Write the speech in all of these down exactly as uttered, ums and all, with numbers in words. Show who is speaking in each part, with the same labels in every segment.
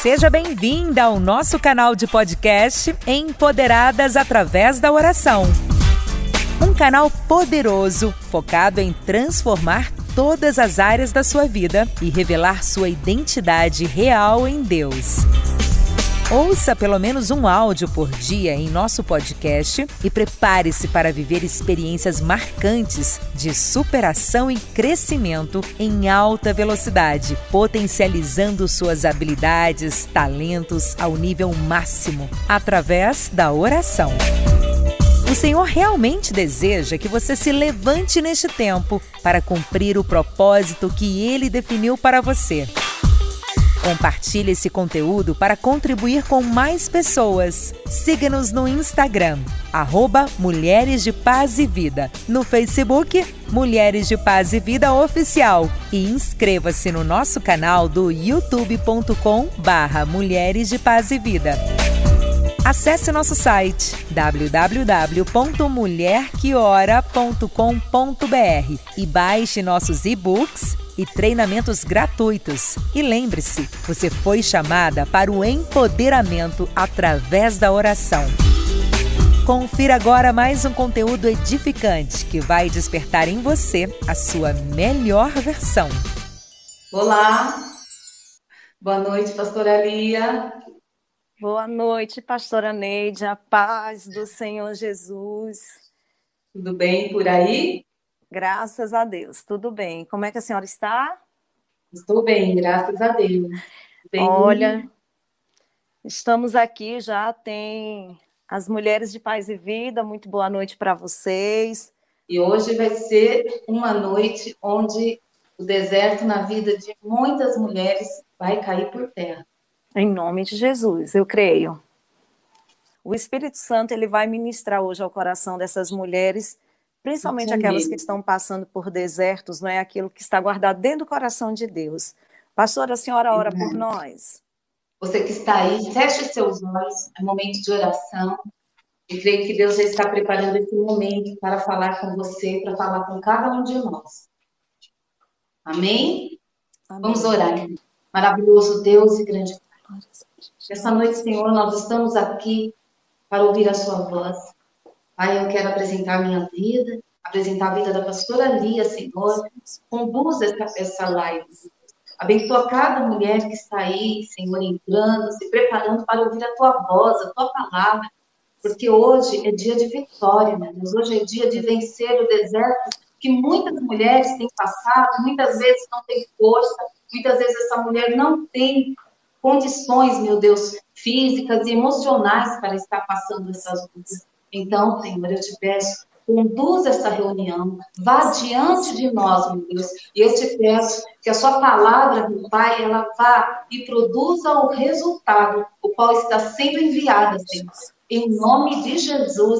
Speaker 1: Seja bem-vinda ao nosso canal de podcast Empoderadas através da oração. Um canal poderoso, focado em transformar todas as áreas da sua vida e revelar sua identidade real em Deus. Ouça pelo menos um áudio por dia em nosso podcast e prepare-se para viver experiências marcantes de superação e crescimento em alta velocidade, potencializando suas habilidades, talentos ao nível máximo, através da oração. O Senhor realmente deseja que você se levante neste tempo para cumprir o propósito que Ele definiu para você. Compartilhe esse conteúdo para contribuir com mais pessoas. Siga-nos no Instagram, arroba Mulheres de Paz e Vida. No Facebook, Mulheres de Paz e Vida Oficial. E inscreva-se no nosso canal do youtube ponto com barra Mulheres de Paz e Vida. Acesse nosso site w w w ponto mulher que ora ponto com ponto b r e baixe nossos e-books e treinamentos gratuitos. E lembre-se, você foi chamada para o empoderamento através da oração. Confira agora mais um conteúdo edificante que vai despertar em você a sua melhor versão.
Speaker 2: Olá, boa noite, pastora Lia.
Speaker 3: Boa noite, pastora Neide, a paz do Senhor Jesus.
Speaker 2: Tudo bem por aí?
Speaker 3: Graças a Deus, tudo bem. Como é que a senhora está?
Speaker 2: Estou bem, graças a Deus. Bem,
Speaker 3: Olha, estamos aqui já, tem as Mulheres de Paz e Vida, muito boa noite para vocês.
Speaker 2: E hoje vai ser uma noite onde o deserto na vida de muitas mulheres vai cair por terra.
Speaker 3: Em nome de Jesus, eu creio. O Espírito Santo ele vai ministrar hoje ao coração dessas mulheres, principalmente
Speaker 2: Entendi.
Speaker 3: Aquelas que estão passando por desertos, não é aquilo que está guardado dentro do coração de Deus. Pastora, a senhora ora por nós.
Speaker 2: Você que está aí, feche seus olhos, é momento de oração. E creio que Deus já está preparando esse momento para falar com você, para falar com cada um de nós. Amém?
Speaker 3: Amém.
Speaker 2: Vamos orar. Maravilhoso Deus e grande Pai. Essa noite, Senhor, nós estamos aqui para ouvir a sua voz. Pai, eu quero apresentar minha vida, apresentar a vida da pastora Lia, Senhor. Conduza essa, essa live. Abençoa cada mulher que está aí, Senhor, entrando, se preparando para ouvir a tua voz, a tua palavra. Porque hoje é dia de vitória, meu Deus. Hoje é dia de vencer o deserto que muitas mulheres têm passado, muitas vezes não tem força, muitas vezes essa mulher não tem condições, meu Deus, físicas e emocionais para estar passando essas lutas. Então, Senhor, eu te peço, conduza essa reunião, vá diante de nós, meu Deus, e eu te peço que a sua palavra, meu Pai, ela vá e produza o resultado, o qual está sendo enviada, Senhor. Em nome de Jesus,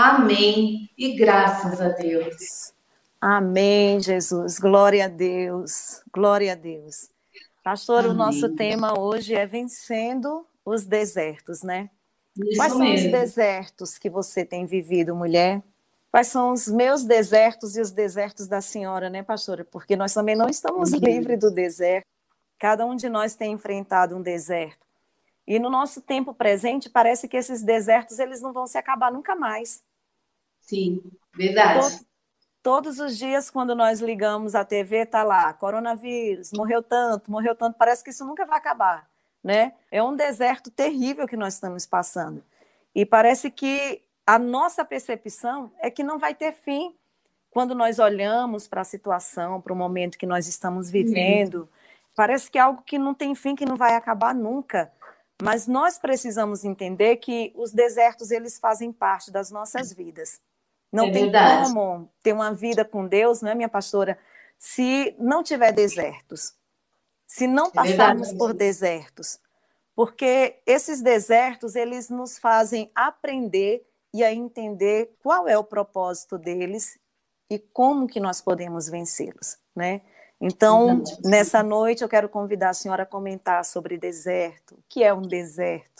Speaker 2: amém, e graças a Deus.
Speaker 3: Amém, Jesus, glória a Deus, glória a Deus. Pastor, Amém. O nosso tema hoje é vencendo os desertos, né?
Speaker 2: Isso
Speaker 3: Quais são
Speaker 2: mesmo.
Speaker 3: os desertos que você tem vivido, mulher? Quais são os meus desertos e os desertos da senhora, né, pastora? Porque nós também não estamos uhum. livres do deserto. Cada um de nós tem enfrentado um deserto. E no nosso tempo presente, parece que esses desertos eles não vão se acabar nunca mais.
Speaker 2: Sim, verdade.
Speaker 3: Todo, Todos os dias, quando nós ligamos a T V, está lá, coronavírus, morreu tanto, morreu tanto, parece que isso nunca vai acabar, né? É um deserto terrível que nós estamos passando. E parece que a nossa percepção é que não vai ter fim quando nós olhamos para a situação, para o momento que nós estamos vivendo. Sim. Parece que é algo que não tem fim, que não vai acabar nunca. Mas nós precisamos entender que os desertos, eles fazem parte das nossas vidas. Não é tem verdade. Como ter uma vida com Deus, não é, minha pastora, se não tiver desertos, se não passarmos é por desertos, porque esses desertos, eles nos fazem aprender e a entender qual é o propósito deles e como que nós podemos vencê-los, né? Então, verdade. Nessa noite, eu quero convidar a senhora a comentar sobre deserto. O que é um deserto?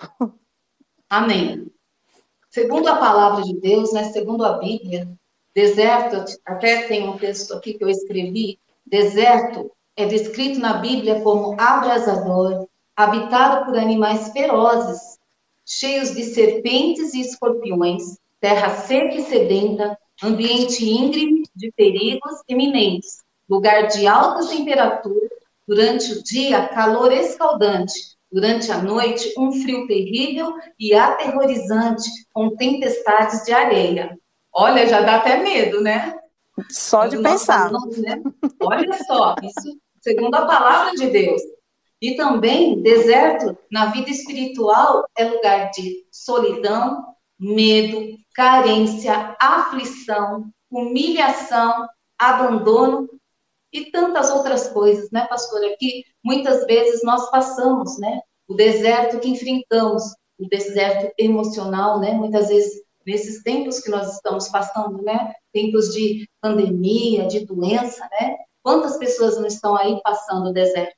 Speaker 2: Amém. Segundo a palavra de Deus, né, segundo a Bíblia, deserto, até tem um texto aqui que eu escrevi, deserto é descrito na Bíblia como abrasador, habitado por animais ferozes, cheios de serpentes e escorpiões, terra seca e sedenta, ambiente íngreme de perigos iminentes, lugar de altas temperaturas, durante o dia, calor escaldante, durante a noite, um frio terrível e aterrorizante, com tempestades de areia. Olha, já dá até medo, né?
Speaker 3: Só
Speaker 2: Quando
Speaker 3: de
Speaker 2: nós
Speaker 3: pensar.
Speaker 2: falamos, né? Olha só, isso segundo a palavra de Deus. E também, deserto, na vida espiritual, é lugar de solidão, medo, carência, aflição, humilhação, abandono e tantas outras coisas, né, pastora? Que muitas vezes nós passamos, né? O deserto que enfrentamos, o deserto emocional, né? Muitas vezes, nesses tempos que nós estamos passando, né? Tempos de pandemia, de doença, né? Quantas pessoas não estão aí passando o deserto?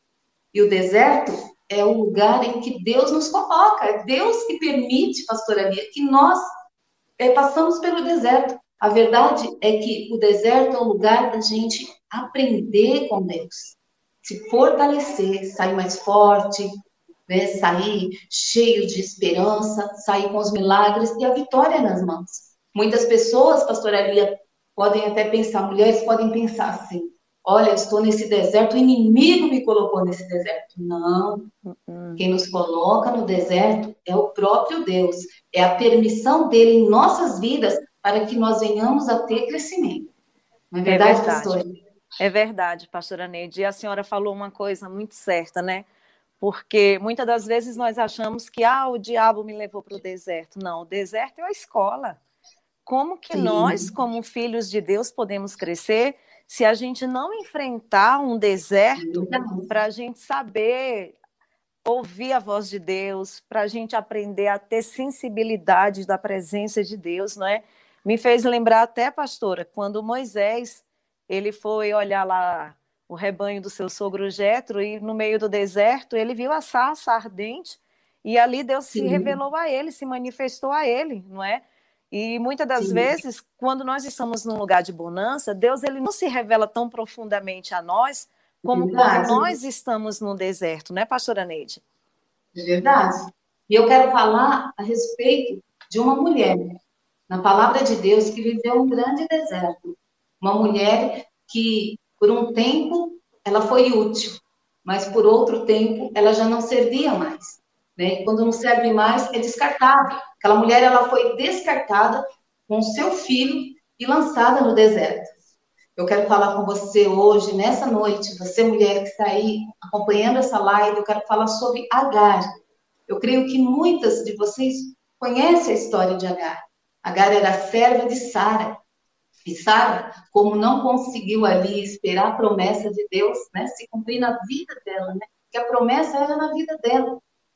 Speaker 2: E o deserto é o lugar em que Deus nos coloca, é Deus que permite, pastora Lia, que nós é, passamos pelo deserto. A verdade é que o deserto é o lugar da gente aprender com Deus, se fortalecer, sair mais forte, né? Sair cheio de esperança, sair com os milagres e a vitória nas mãos. Muitas pessoas, pastora Lia, podem até pensar, mulheres podem pensar assim, olha, eu estou nesse deserto, o inimigo me colocou nesse deserto. Não. Uhum. Quem nos coloca no deserto é o próprio Deus. É a permissão dele em nossas vidas para que nós venhamos a ter crescimento. Não é verdade, é verdade. Pastora?
Speaker 3: É verdade, pastora Neide. E a senhora falou uma coisa muito certa, né? Porque muitas das vezes nós achamos que ah, o diabo me levou para o deserto. Não, o deserto é a escola. Como que Sim. nós, como filhos de Deus, podemos crescer se a gente não enfrentar um deserto para a gente saber ouvir a voz de Deus, para a gente aprender a ter sensibilidade da presença de Deus, não é? Me fez lembrar até, pastora, quando Moisés ele foi olhar lá o rebanho do seu sogro Jetro e no meio do deserto ele viu a sarça ardente e ali Deus Sim. se revelou a ele, se manifestou a ele, não é? E muitas das Sim. vezes, quando nós estamos num lugar de bonança, Deus ele não se revela tão profundamente a nós como Verdade. Quando nós estamos no deserto, né, pastora Neide?
Speaker 2: É verdade. E eu quero falar a respeito de uma mulher, na palavra de Deus, que viveu um grande deserto. Uma mulher que, por um tempo, ela foi útil, mas por outro tempo, ela já não servia mais. Né? E quando não serve mais, é descartada. Aquela mulher ela foi descartada com seu filho e lançada no deserto. Eu quero falar com você hoje, nessa noite, você mulher que está aí acompanhando essa live, eu quero falar sobre Agar. Eu creio que muitas de vocês conhecem a história de Agar. Agar era serva de Sara. E Sara, como não conseguiu ali esperar a promessa de Deus, né, se cumprir na vida dela, né, que a promessa era na vida dela.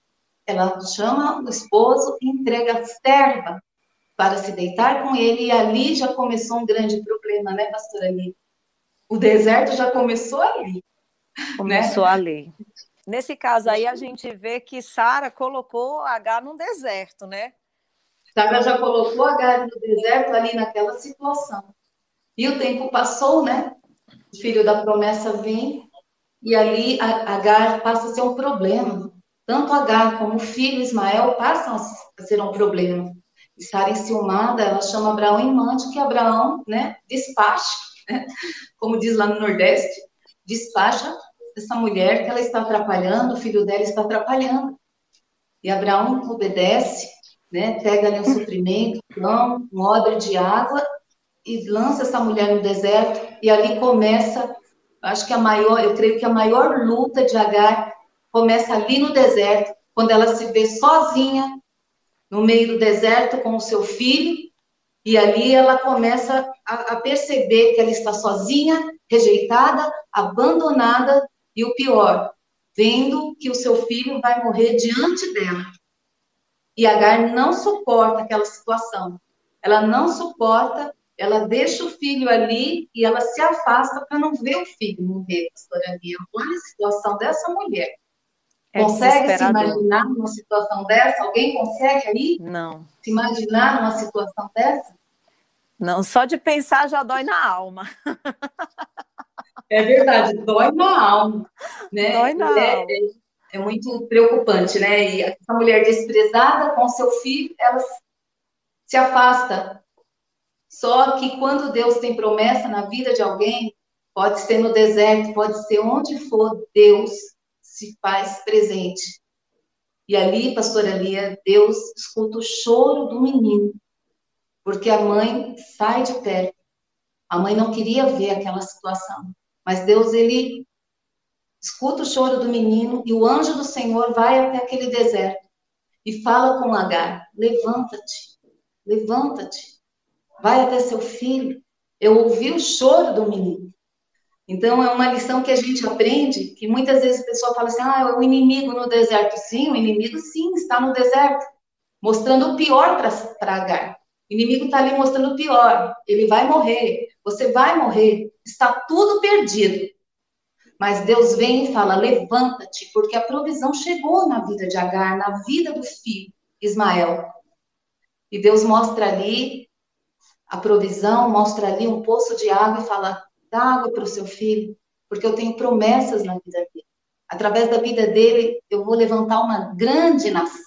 Speaker 2: Ela chama o esposo e entrega a serva para se deitar com ele, e ali já começou um grande problema, né, pastora Lia? O deserto já começou ali.
Speaker 3: Começou
Speaker 2: né?
Speaker 3: ali. Nesse caso aí, a gente vê que Sara colocou Agar num deserto, né?
Speaker 2: Sara já colocou Agar no deserto ali naquela situação. E o tempo passou, né? O filho da promessa vem, e ali Agar passa a ser um problema. Tanto Agar como o filho Ismael passam a ser um problema. E Sara, enciumada, ela chama Abraão em mande, que Abraão, né, despacha, né, como diz lá no Nordeste, despacha essa mulher que ela está atrapalhando, o filho dela está atrapalhando. E Abraão obedece, né, pega ali um suprimento, pão, um odre de água, e lança essa mulher no deserto, e ali começa, acho que a maior, eu creio que a maior luta de Agar começa ali no deserto, quando ela se vê sozinha, no meio do deserto com o seu filho, e ali ela começa a, a perceber que ela está sozinha, rejeitada, abandonada, e o pior, vendo que o seu filho vai morrer diante dela. E Agar não suporta aquela situação. Ela não suporta, ela deixa o filho ali e ela se afasta para não ver o filho morrer, pastora Lia. Olha a situação dessa mulher. É consegue se imaginar numa situação dessa? Alguém consegue aí?
Speaker 3: Não.
Speaker 2: Se imaginar numa situação dessa?
Speaker 3: Não, só de pensar já dói na alma.
Speaker 2: É verdade, dói na alma. Né?
Speaker 3: Dói na
Speaker 2: é,
Speaker 3: alma.
Speaker 2: É, É muito preocupante, né? E essa mulher desprezada com seu filho, ela se afasta. Só que quando Deus tem promessa na vida de alguém, pode ser no deserto, pode ser onde for, Deus se faz presente. E ali, pastora Lia, Deus escuta o choro do menino, porque a mãe sai de perto. A mãe não queria ver aquela situação, mas Deus, ele escuta o choro do menino e o anjo do Senhor vai até aquele deserto e fala com Agar: levanta-te, levanta-te, vai até seu filho. Eu ouvi o choro do menino. Então, é uma lição que a gente aprende, que muitas vezes o pessoal fala assim, ah, é o inimigo no deserto. Sim, o inimigo, sim, está no deserto, mostrando o pior para Agar. O inimigo está ali mostrando o pior. Ele vai morrer, você vai morrer, está tudo perdido. Mas Deus vem e fala, levanta-te, porque a provisão chegou na vida de Agar, na vida do filho, Ismael. E Deus mostra ali a provisão, mostra ali um poço de água e fala, dá água para o seu filho, porque eu tenho promessas na vida dele. Através da vida dele, eu vou levantar uma grande nação.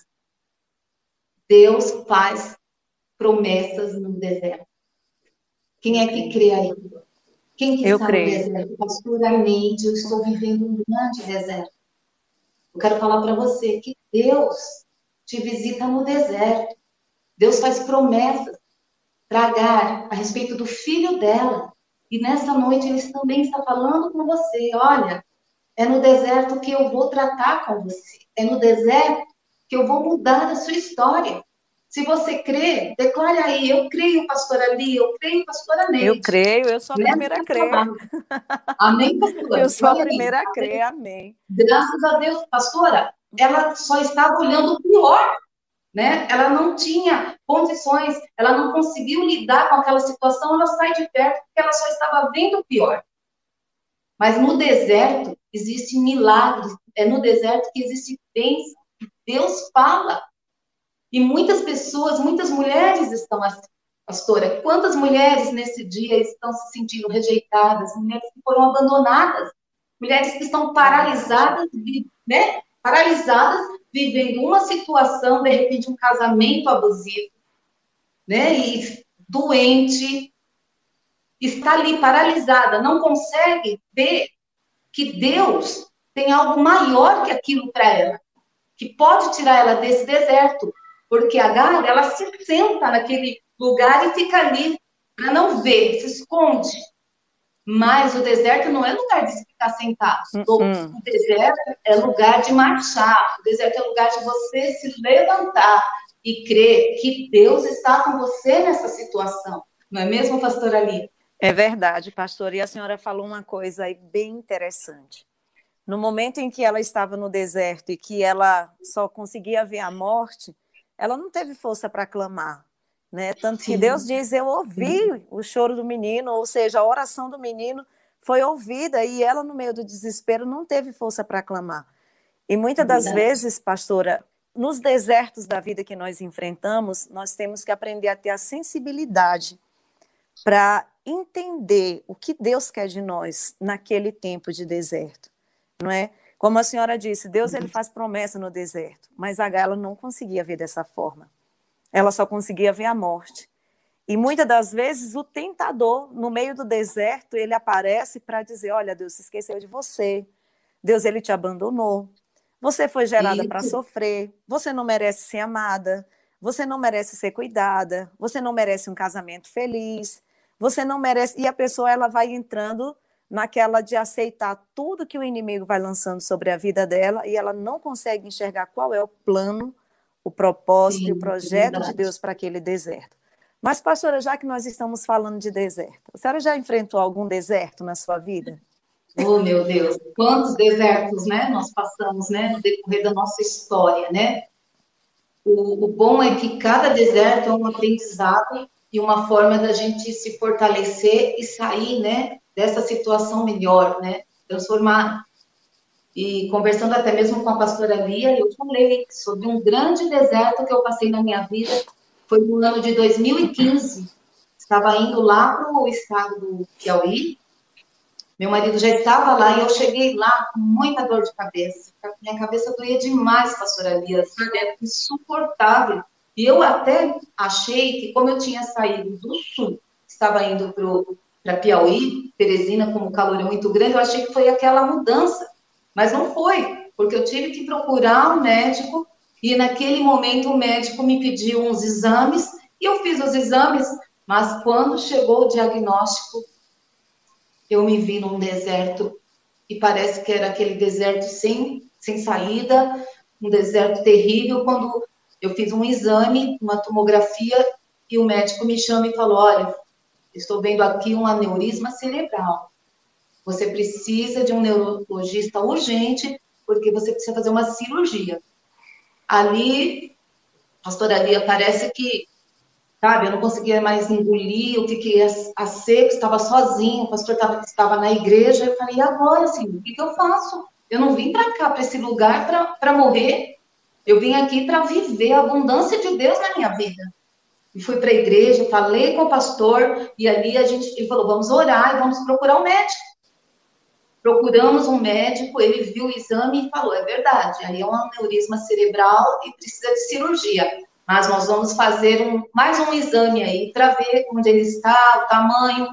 Speaker 2: Deus faz promessas no deserto. Quem é que crê aí? Quem que
Speaker 3: Eu
Speaker 2: está
Speaker 3: creio.
Speaker 2: no deserto? Pastora Neide, eu estou vivendo um grande deserto. Eu quero falar para você que Deus te visita no deserto. Deus faz promessas para Agar a respeito do filho dela. E nessa noite ele também está falando com você. Olha, é no deserto que eu vou tratar com você. É no deserto que eu vou mudar a sua história. Se você crê, declare aí, eu creio, pastora Lia, eu creio, pastora Neide.
Speaker 3: Eu creio, eu sou a primeira a crer.
Speaker 2: Amém, pastora?
Speaker 3: Eu sou
Speaker 2: Olha
Speaker 3: a primeira
Speaker 2: aí.
Speaker 3: a crer, amém.
Speaker 2: Graças a Deus, pastora, ela só estava olhando o pior, né? Ela não tinha condições, ela não conseguiu lidar com aquela situação, ela sai de perto porque ela só estava vendo o pior. Mas no deserto existem milagres, é no deserto que existe bênção, Deus fala. E muitas pessoas, muitas mulheres estão assim, pastora. Quantas mulheres nesse dia estão se sentindo rejeitadas, mulheres que foram abandonadas, mulheres que estão paralisadas, né? Paralisadas, vivendo uma situação, de repente um casamento abusivo, né? E doente, está ali paralisada, não consegue ver que Deus tem algo maior que aquilo para ela, que pode tirar ela desse deserto. Porque Agar, ela se senta naquele lugar e fica ali para não ver, se esconde. Mas o deserto não é lugar de ficar sentado.
Speaker 3: Uh-uh.
Speaker 2: O deserto é lugar de marchar. O deserto é lugar de você se levantar e crer que Deus está com você nessa situação. Não é mesmo, pastora Lia?
Speaker 3: É verdade, pastor. E a senhora falou uma coisa aí bem interessante. No momento em que ela estava no deserto e que ela só conseguia ver a morte, ela não teve força para clamar, né? Tanto que Sim. Deus diz, eu ouvi o choro do menino, ou seja, a oração do menino foi ouvida e ela, no meio do desespero, não teve força para clamar. E muitas das é vezes, pastora, nos desertos da vida que nós enfrentamos, nós temos que aprender a ter a sensibilidade para entender o que Deus quer de nós naquele tempo de deserto, não é? Como a senhora disse, Deus ele faz promessa no deserto, mas Agar ela não conseguia ver dessa forma. Ela só conseguia ver a morte. E muitas das vezes o tentador, no meio do deserto, ele aparece para dizer, olha, Deus se esqueceu de você, Deus ele te abandonou, você foi gerada para sofrer, você não merece ser amada, você não merece ser cuidada, você não merece um casamento feliz, você não merece... E a pessoa ela vai entrando naquela de aceitar tudo que o inimigo vai lançando sobre a vida dela e ela não consegue enxergar qual é o plano, o propósito Sim, e o projeto é de Deus para aquele deserto. Mas, pastora, já que nós estamos falando de deserto, a senhora já enfrentou algum deserto na sua vida?
Speaker 2: Oh, meu Deus, quantos desertos, né, nós passamos, né, no decorrer da nossa história, né? O, o bom é que cada deserto é um aprendizado e uma forma da gente se fortalecer e sair, né, dessa situação melhor, né, transformar. E conversando até mesmo com a pastora Lia, eu falei sobre um grande deserto que eu passei na minha vida, foi no ano de dois mil e quinze, estava indo lá para o estado do Piauí, Meu marido já estava lá e eu cheguei lá com muita dor de cabeça. Minha cabeça doía demais, pastora Lia, sabe? Era insuportável. E eu até achei que, como eu tinha saído do sul, estava indo para Piauí, Teresina, como o calor é muito grande, eu achei que foi aquela mudança. Mas não foi, porque eu tive que procurar um médico e naquele momento o médico me pediu uns exames e eu fiz os exames, mas quando chegou o diagnóstico, eu me vi num deserto e parece que era aquele deserto sem, sem saída, um deserto terrível. Quando eu fiz um exame, uma tomografia, e o médico me chama e falou, olha, estou vendo aqui um aneurisma cerebral. Você precisa de um neurologista urgente, porque você precisa fazer uma cirurgia. Ali, pastora Lia, parece que, sabe, eu não conseguia mais engolir, eu fiquei a, a seco, estava sozinho, o pastor tava, estava na igreja, eu falei, e agora, assim, o que, que eu faço? Eu não vim para cá, para esse lugar, para morrer, eu vim aqui para viver a abundância de Deus na minha vida. E fui para a igreja, falei com o pastor, e ali a gente, ele falou, vamos orar e vamos procurar um médico. Procuramos um médico, ele viu o exame e falou, é verdade, aí é um aneurisma cerebral e precisa de cirurgia. Mas nós vamos fazer um, mais um exame aí para ver onde ele está, o tamanho.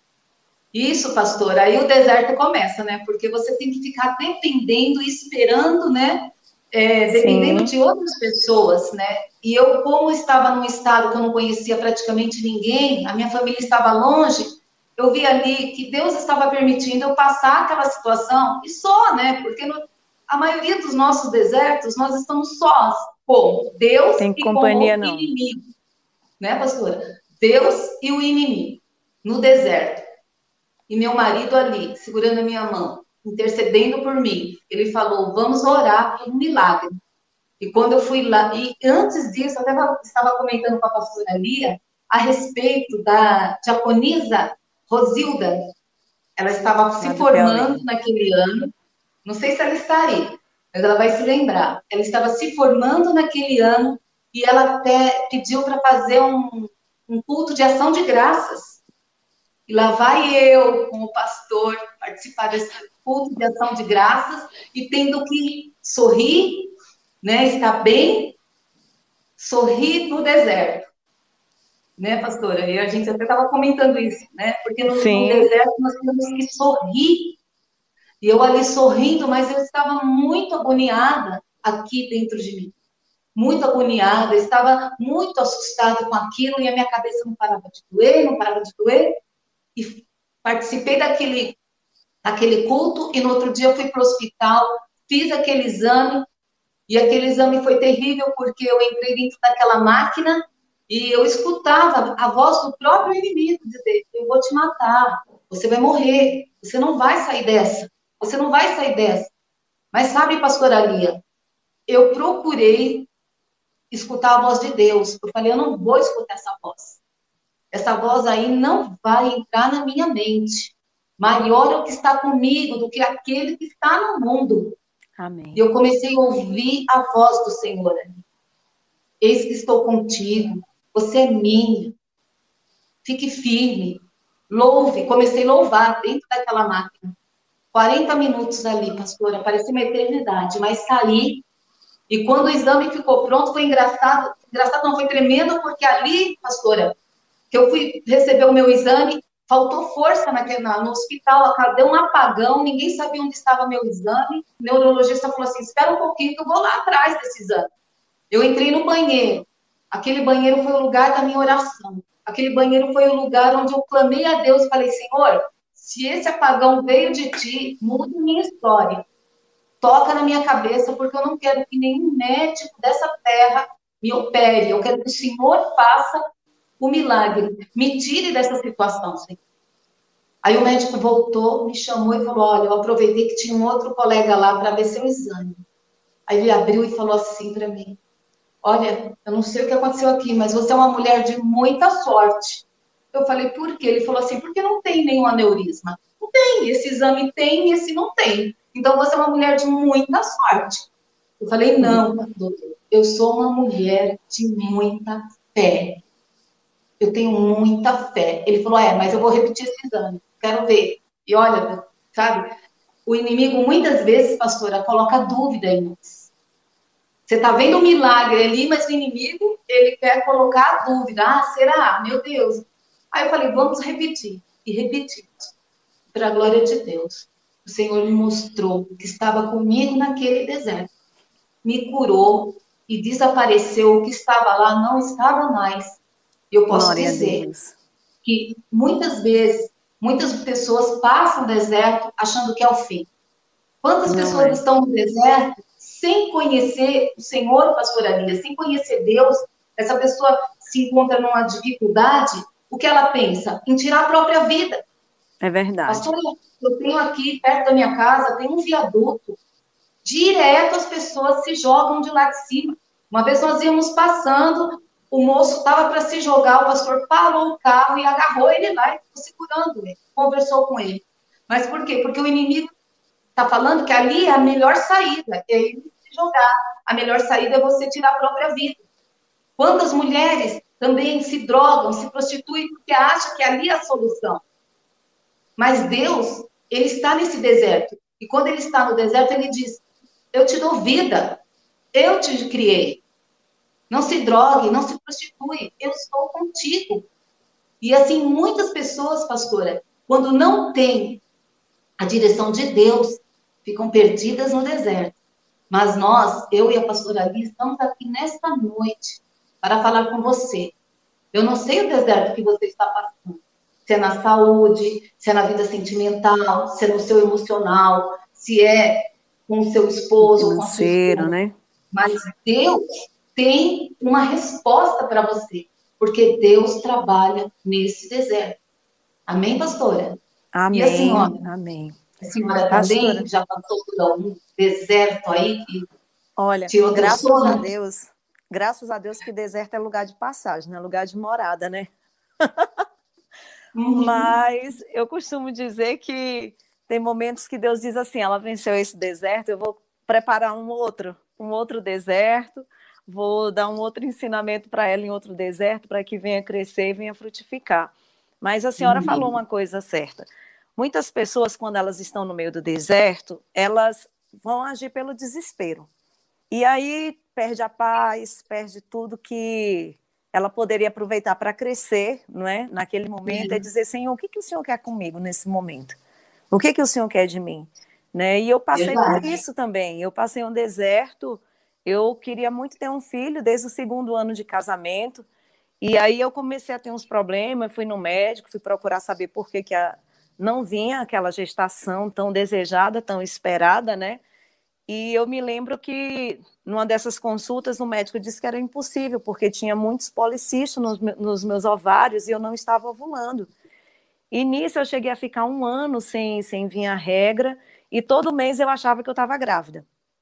Speaker 2: Isso, pastor, aí o deserto começa, né? Porque você tem que ficar dependendo e esperando, né? É, dependendo Sim. de outras pessoas, né? E eu, como estava num estado que eu não conhecia praticamente ninguém, a minha família estava longe, eu vi ali que Deus estava permitindo eu passar aquela situação, e só, né? Porque no, a maioria dos nossos desertos, nós estamos sós, com Deus
Speaker 3: Tem
Speaker 2: e
Speaker 3: companhia,
Speaker 2: com o
Speaker 3: não.
Speaker 2: inimigo. Né, pastora? Deus e o inimigo, no deserto. E meu marido ali, segurando a minha mão, intercedendo por mim. Ele falou, vamos orar por um milagre. E quando eu fui lá, e antes disso, eu até estava comentando com a pastora Lia a respeito da diaconisa Rosilda. Ela estava se formando naquele ano, não sei se ela está aí, mas ela vai se lembrar. Ela estava se formando naquele ano e ela até pediu para fazer um, um culto de ação de graças. E lá vai eu, como pastor, participar desse culto de ação de graças e tendo que sorrir, né, estar bem, sorrir no deserto. Né, pastora? E a gente até estava comentando isso, né? Porque no, no deserto nós temos que sorrir. E eu ali sorrindo, mas eu estava muito agoniada aqui dentro de mim. Muito agoniada, estava muito assustada com aquilo e a minha cabeça não parava de doer, não parava de doer. E participei daquele, daquele culto e no outro dia eu fui para o hospital, fiz aquele exame e aquele exame foi terrível porque eu entrei dentro daquela máquina e eu escutava a voz do próprio inimigo dizer, eu vou te matar, você vai morrer, você não vai sair dessa, você não vai sair dessa. Mas sabe, pastora Lia, eu procurei escutar a voz de Deus. Eu falei, eu não vou escutar essa voz. Essa voz aí não vai entrar na minha mente. Maior é o que está comigo do que aquele que está no mundo.
Speaker 3: Amém.
Speaker 2: E eu comecei a ouvir a voz do Senhor. Eis que estou contigo. Você é minha. Fique firme. Louve. Comecei a louvar dentro daquela máquina. quarenta minutos ali, pastora. Parecia uma eternidade. Mas saí. E quando o exame ficou pronto, foi engraçado. Engraçado não, foi tremendo, porque ali, pastora, que eu fui receber o meu exame, faltou força naquele, no hospital, deu um apagão, ninguém sabia onde estava meu exame. O neurologista falou assim, espera um pouquinho que eu vou lá atrás desse exame. Eu entrei no banheiro. Aquele banheiro foi o lugar da minha oração. Aquele banheiro foi o lugar onde eu clamei a Deus e falei, Senhor, se esse apagão veio de ti, muda minha história. Toca na minha cabeça, porque eu não quero que nenhum médico dessa terra me opere. Eu quero que o Senhor faça o milagre. Me tire dessa situação, Senhor. Aí o médico voltou, me chamou e falou, olha, eu aproveitei que tinha um outro colega lá para ver seu exame. Aí ele abriu e falou assim para mim, olha, eu não sei o que aconteceu aqui, mas você é uma mulher de muita sorte. Eu falei, por quê? Ele falou assim, porque não tem nenhum aneurisma. Não tem, esse exame tem e esse não tem. Então você é uma mulher de muita sorte. Eu falei, não, doutor, eu sou uma mulher de muita fé. Eu tenho muita fé. Ele falou, é, mas eu vou repetir esse exame, quero ver. E olha, sabe? O inimigo, muitas vezes, pastora, coloca dúvida em nós. Você está vendo um milagre ali, mas o inimigo, ele quer colocar a dúvida. Ah, será? Meu Deus. Aí eu falei, vamos repetir. E repetimos. Para a glória de Deus. O Senhor me mostrou que estava comigo naquele deserto. Me curou e desapareceu. O que estava lá não estava mais. Eu posso
Speaker 3: Glória
Speaker 2: dizer que muitas vezes, muitas pessoas passam o deserto achando que é o fim. Quantas
Speaker 3: Não
Speaker 2: pessoas
Speaker 3: é.
Speaker 2: estão no deserto sem conhecer o Senhor, pastora Lia, sem conhecer Deus? Essa pessoa se encontra numa dificuldade, o que ela pensa? Em tirar a própria vida.
Speaker 3: É verdade.
Speaker 2: Pastora, eu tenho aqui, perto da minha casa, tem um viaduto. Direto as pessoas se jogam de lá de cima. Uma vez nós íamos passando, o moço estava para se jogar, o pastor parou o carro e agarrou ele lá e ficou segurando ele, conversou com ele. Mas por quê? Porque o inimigo está falando que ali é a melhor saída, é ele se jogar. A melhor saída é você tirar a própria vida. Quantas mulheres também se drogam, se prostituem, porque acham que ali é a solução. Mas Deus, ele está nesse deserto. E quando ele está no deserto, ele diz, eu te dou vida, eu te criei. Não se drogue, não se prostitui, eu estou contigo. E assim, muitas pessoas, pastora, quando não tem a direção de Deus, ficam perdidas no deserto. Mas nós, eu e a pastora Ali, estamos aqui nesta noite para falar com você. Eu não sei o deserto que você está passando. Se é na saúde, se é na vida sentimental, se é no seu emocional, se é com o seu esposo,
Speaker 3: financeiro,
Speaker 2: com a sua esposa.
Speaker 3: Né?
Speaker 2: Mas Deus tem uma resposta para você, porque Deus trabalha nesse deserto. Amém, pastora?
Speaker 3: Amém,
Speaker 2: e a senhora?
Speaker 3: amém.
Speaker 2: A senhora
Speaker 3: Pastora,
Speaker 2: também já passou por algum deserto aí? Que
Speaker 3: olha,
Speaker 2: te
Speaker 3: graças
Speaker 2: abençoa?
Speaker 3: a Deus, graças a Deus que deserto é lugar de passagem, não é lugar de morada, né?
Speaker 2: Uhum.
Speaker 3: Mas eu costumo dizer que tem momentos que Deus diz assim, ela venceu esse deserto, eu vou preparar um outro, um outro deserto, vou dar um outro ensinamento para ela em outro deserto, para que venha crescer e venha frutificar. Mas a senhora
Speaker 2: Uhum.
Speaker 3: falou uma coisa certa. Muitas pessoas, quando elas estão no meio do deserto, elas vão agir pelo desespero. E aí perde a paz, perde tudo que ela poderia aproveitar para crescer, não é? Naquele momento, é dizer, Senhor, o que, que o Senhor quer comigo nesse momento? O que, que o Senhor quer de mim? Né? E eu passei
Speaker 2: Verdade.
Speaker 3: por isso também. Eu passei um deserto, eu queria muito ter um filho desde o segundo ano de casamento, e aí eu comecei a ter uns problemas, fui no médico, fui procurar saber por que, que a, não vinha aquela gestação tão desejada, tão esperada, né? E eu me lembro que, numa dessas consultas, o médico disse que era impossível, porque tinha muitos policistos nos, nos meus ovários e eu não estava ovulando. E nisso eu cheguei a ficar um ano sem, sem vir a regra, e todo mês eu achava que eu estava grávida.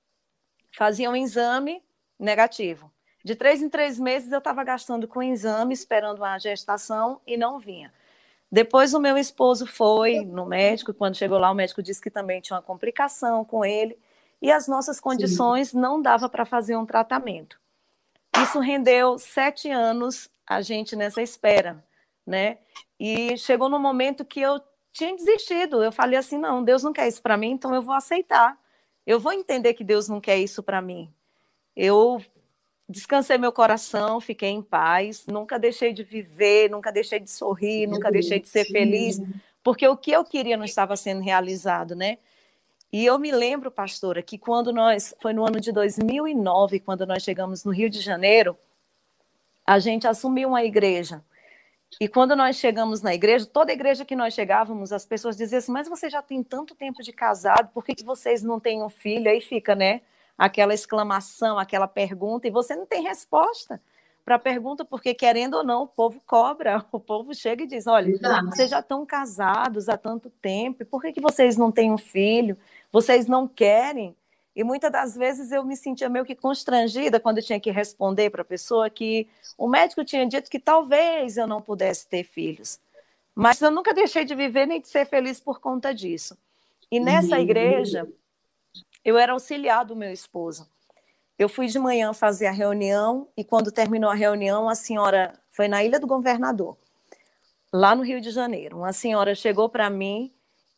Speaker 3: Fazia um exame negativo. De três em três meses eu estava gastando com o exame, esperando a gestação, e não vinha. Depois o meu esposo foi no médico, e quando chegou lá o médico disse que também tinha uma complicação com ele, e as nossas condições Sim. não dava para fazer um tratamento. Isso rendeu sete anos a gente nessa espera, né? E chegou no momento que eu tinha desistido. Eu falei assim, não, Deus não quer isso para mim, então eu vou aceitar. Eu vou entender que Deus não quer isso para mim. Eu descansei meu coração, fiquei em paz, nunca deixei de viver, nunca deixei de sorrir, nunca deixei de ser feliz, porque o que eu queria não estava sendo realizado, né? E eu me lembro, pastora, que quando nós, foi no ano de dois mil e nove, quando nós chegamos no Rio de Janeiro, a gente assumiu uma igreja. E quando nós chegamos na igreja, toda igreja que nós chegávamos, as pessoas diziam assim, mas você já tem tanto tempo de casado, por que, que vocês não têm um filho? Aí fica, né, aquela exclamação, aquela pergunta, e você não tem resposta para a pergunta, porque querendo ou não, o povo cobra, o povo chega e diz, olha, Exato. Vocês já estão casados há tanto tempo, por que, que vocês não têm um filho? Vocês não querem? E muitas das vezes eu me sentia meio que constrangida quando eu tinha que responder para a pessoa que o médico tinha dito que talvez eu não pudesse ter filhos. Mas eu nunca deixei de viver nem de ser feliz por conta disso. E nessa igreja, eu era auxiliar do meu esposo. Eu fui de manhã fazer a reunião e quando terminou a reunião, a senhora foi na Ilha do Governador, lá no Rio de Janeiro. Uma senhora chegou para mim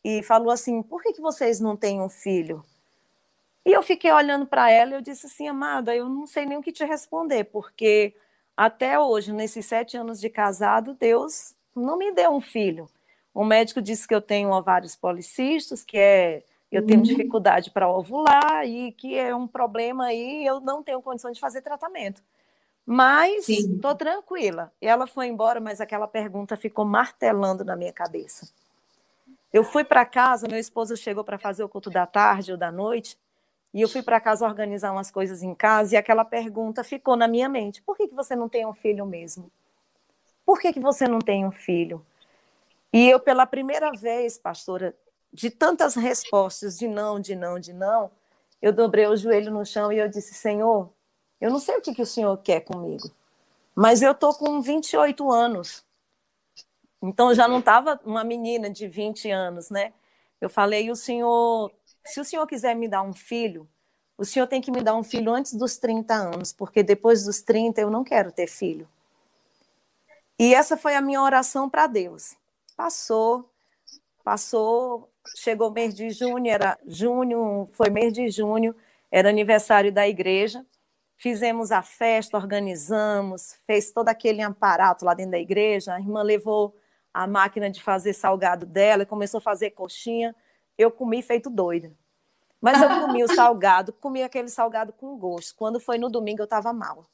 Speaker 3: e falou assim, por que, que vocês não têm um filho? E eu fiquei olhando para ela e eu disse assim, amada, eu não sei nem o que te responder, porque até hoje, nesses sete anos de casado, Deus não me deu um filho. O médico disse que eu tenho ovários policistos, que é, eu tenho dificuldade para ovular e que é um problema aí, eu não tenho condição de fazer tratamento. Mas estou tranquila. E ela foi embora, mas aquela pergunta ficou martelando na minha cabeça. Eu fui para casa, meu esposo chegou para fazer o culto da tarde ou da noite, e eu fui para casa organizar umas coisas em casa, e aquela pergunta ficou na minha mente. Por que, que você não tem um filho mesmo? Por que, que você não tem um filho? E eu, pela primeira vez, pastora, de tantas respostas, de não, de não, de não, eu dobrei o joelho no chão e eu disse, Senhor, eu não sei o que, que o Senhor quer comigo, mas eu estou com vinte e oito anos. Então, eu já não estava uma menina de vinte anos, né? Eu falei, o Senhor, se o Senhor quiser me dar um filho, o Senhor tem que me dar um filho antes dos trinta anos, porque depois dos trinta eu não quero ter filho. E essa foi a minha oração para Deus. Passou, passou, chegou o mês de junho, era junho, foi mês de junho, era aniversário da igreja, fizemos a festa, organizamos, fez todo aquele aparato lá dentro da igreja, a irmã levou a máquina de fazer salgado dela, começou a fazer coxinha, eu comi feito doida. Mas eu comi o salgado, comi aquele salgado com gosto. Quando foi no domingo, eu estava mal.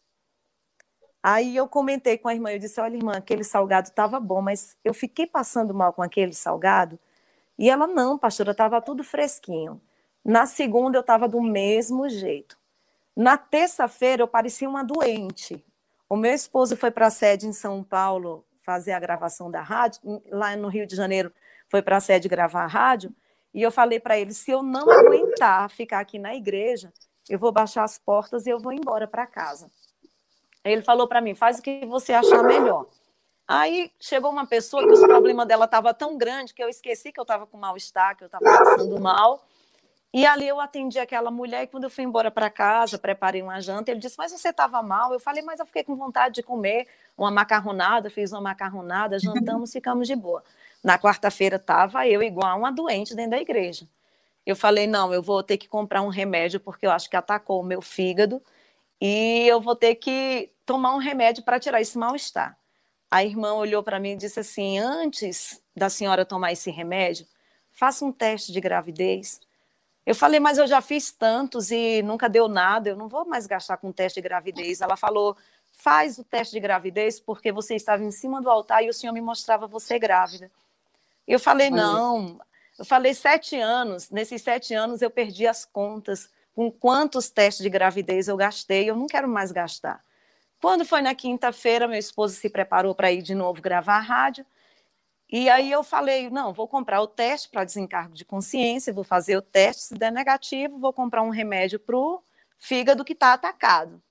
Speaker 3: Aí eu comentei com a irmã, eu disse, olha, irmã, aquele salgado estava bom, mas eu fiquei passando mal com aquele salgado. E ela, não, pastora, estava tudo fresquinho. Na segunda, eu estava do mesmo jeito. Na terça-feira, eu parecia uma doente. O meu esposo foi para a sede em São Paulo fazer a gravação da rádio, lá no Rio de Janeiro, foi para a sede gravar a rádio, e eu falei para ele, se eu não aguentar ficar aqui na igreja, eu vou baixar as portas e eu vou embora para casa. Aí ele falou para mim, faz o que você achar melhor. Aí chegou uma pessoa que os problemas dela estavam tão grandes que eu esqueci que eu estava com mal-estar, que eu estava passando mal. E ali eu atendi aquela mulher e quando eu fui embora para casa, preparei uma janta, ele disse, mas você estava mal? Eu falei, mas eu fiquei com vontade de comer uma macarronada, fiz uma macarronada, jantamos, ficamos de boa. Na quarta-feira estava eu igual uma doente dentro da igreja. Eu falei, não, eu vou ter que comprar um remédio porque eu acho que atacou o meu fígado e eu vou ter que tomar um remédio para tirar esse mal-estar. A irmã olhou para mim e disse assim, antes da senhora tomar esse remédio, faça um teste de gravidez. Eu falei, mas eu já fiz tantos e nunca deu nada, eu não vou mais gastar com teste de gravidez. Ela falou, faz o teste de gravidez porque você estava em cima do altar e o Senhor me mostrava você grávida. Eu falei, não, eu falei sete anos, nesses sete anos eu perdi as contas com quantos testes de gravidez eu gastei, eu não quero mais gastar. Quando foi na quinta-feira, meu esposo se preparou para ir de novo gravar a rádio, e aí eu falei, não, vou comprar o teste para desencargo de consciência, vou fazer o teste, se der negativo, vou comprar um remédio para o fígado que está atacado.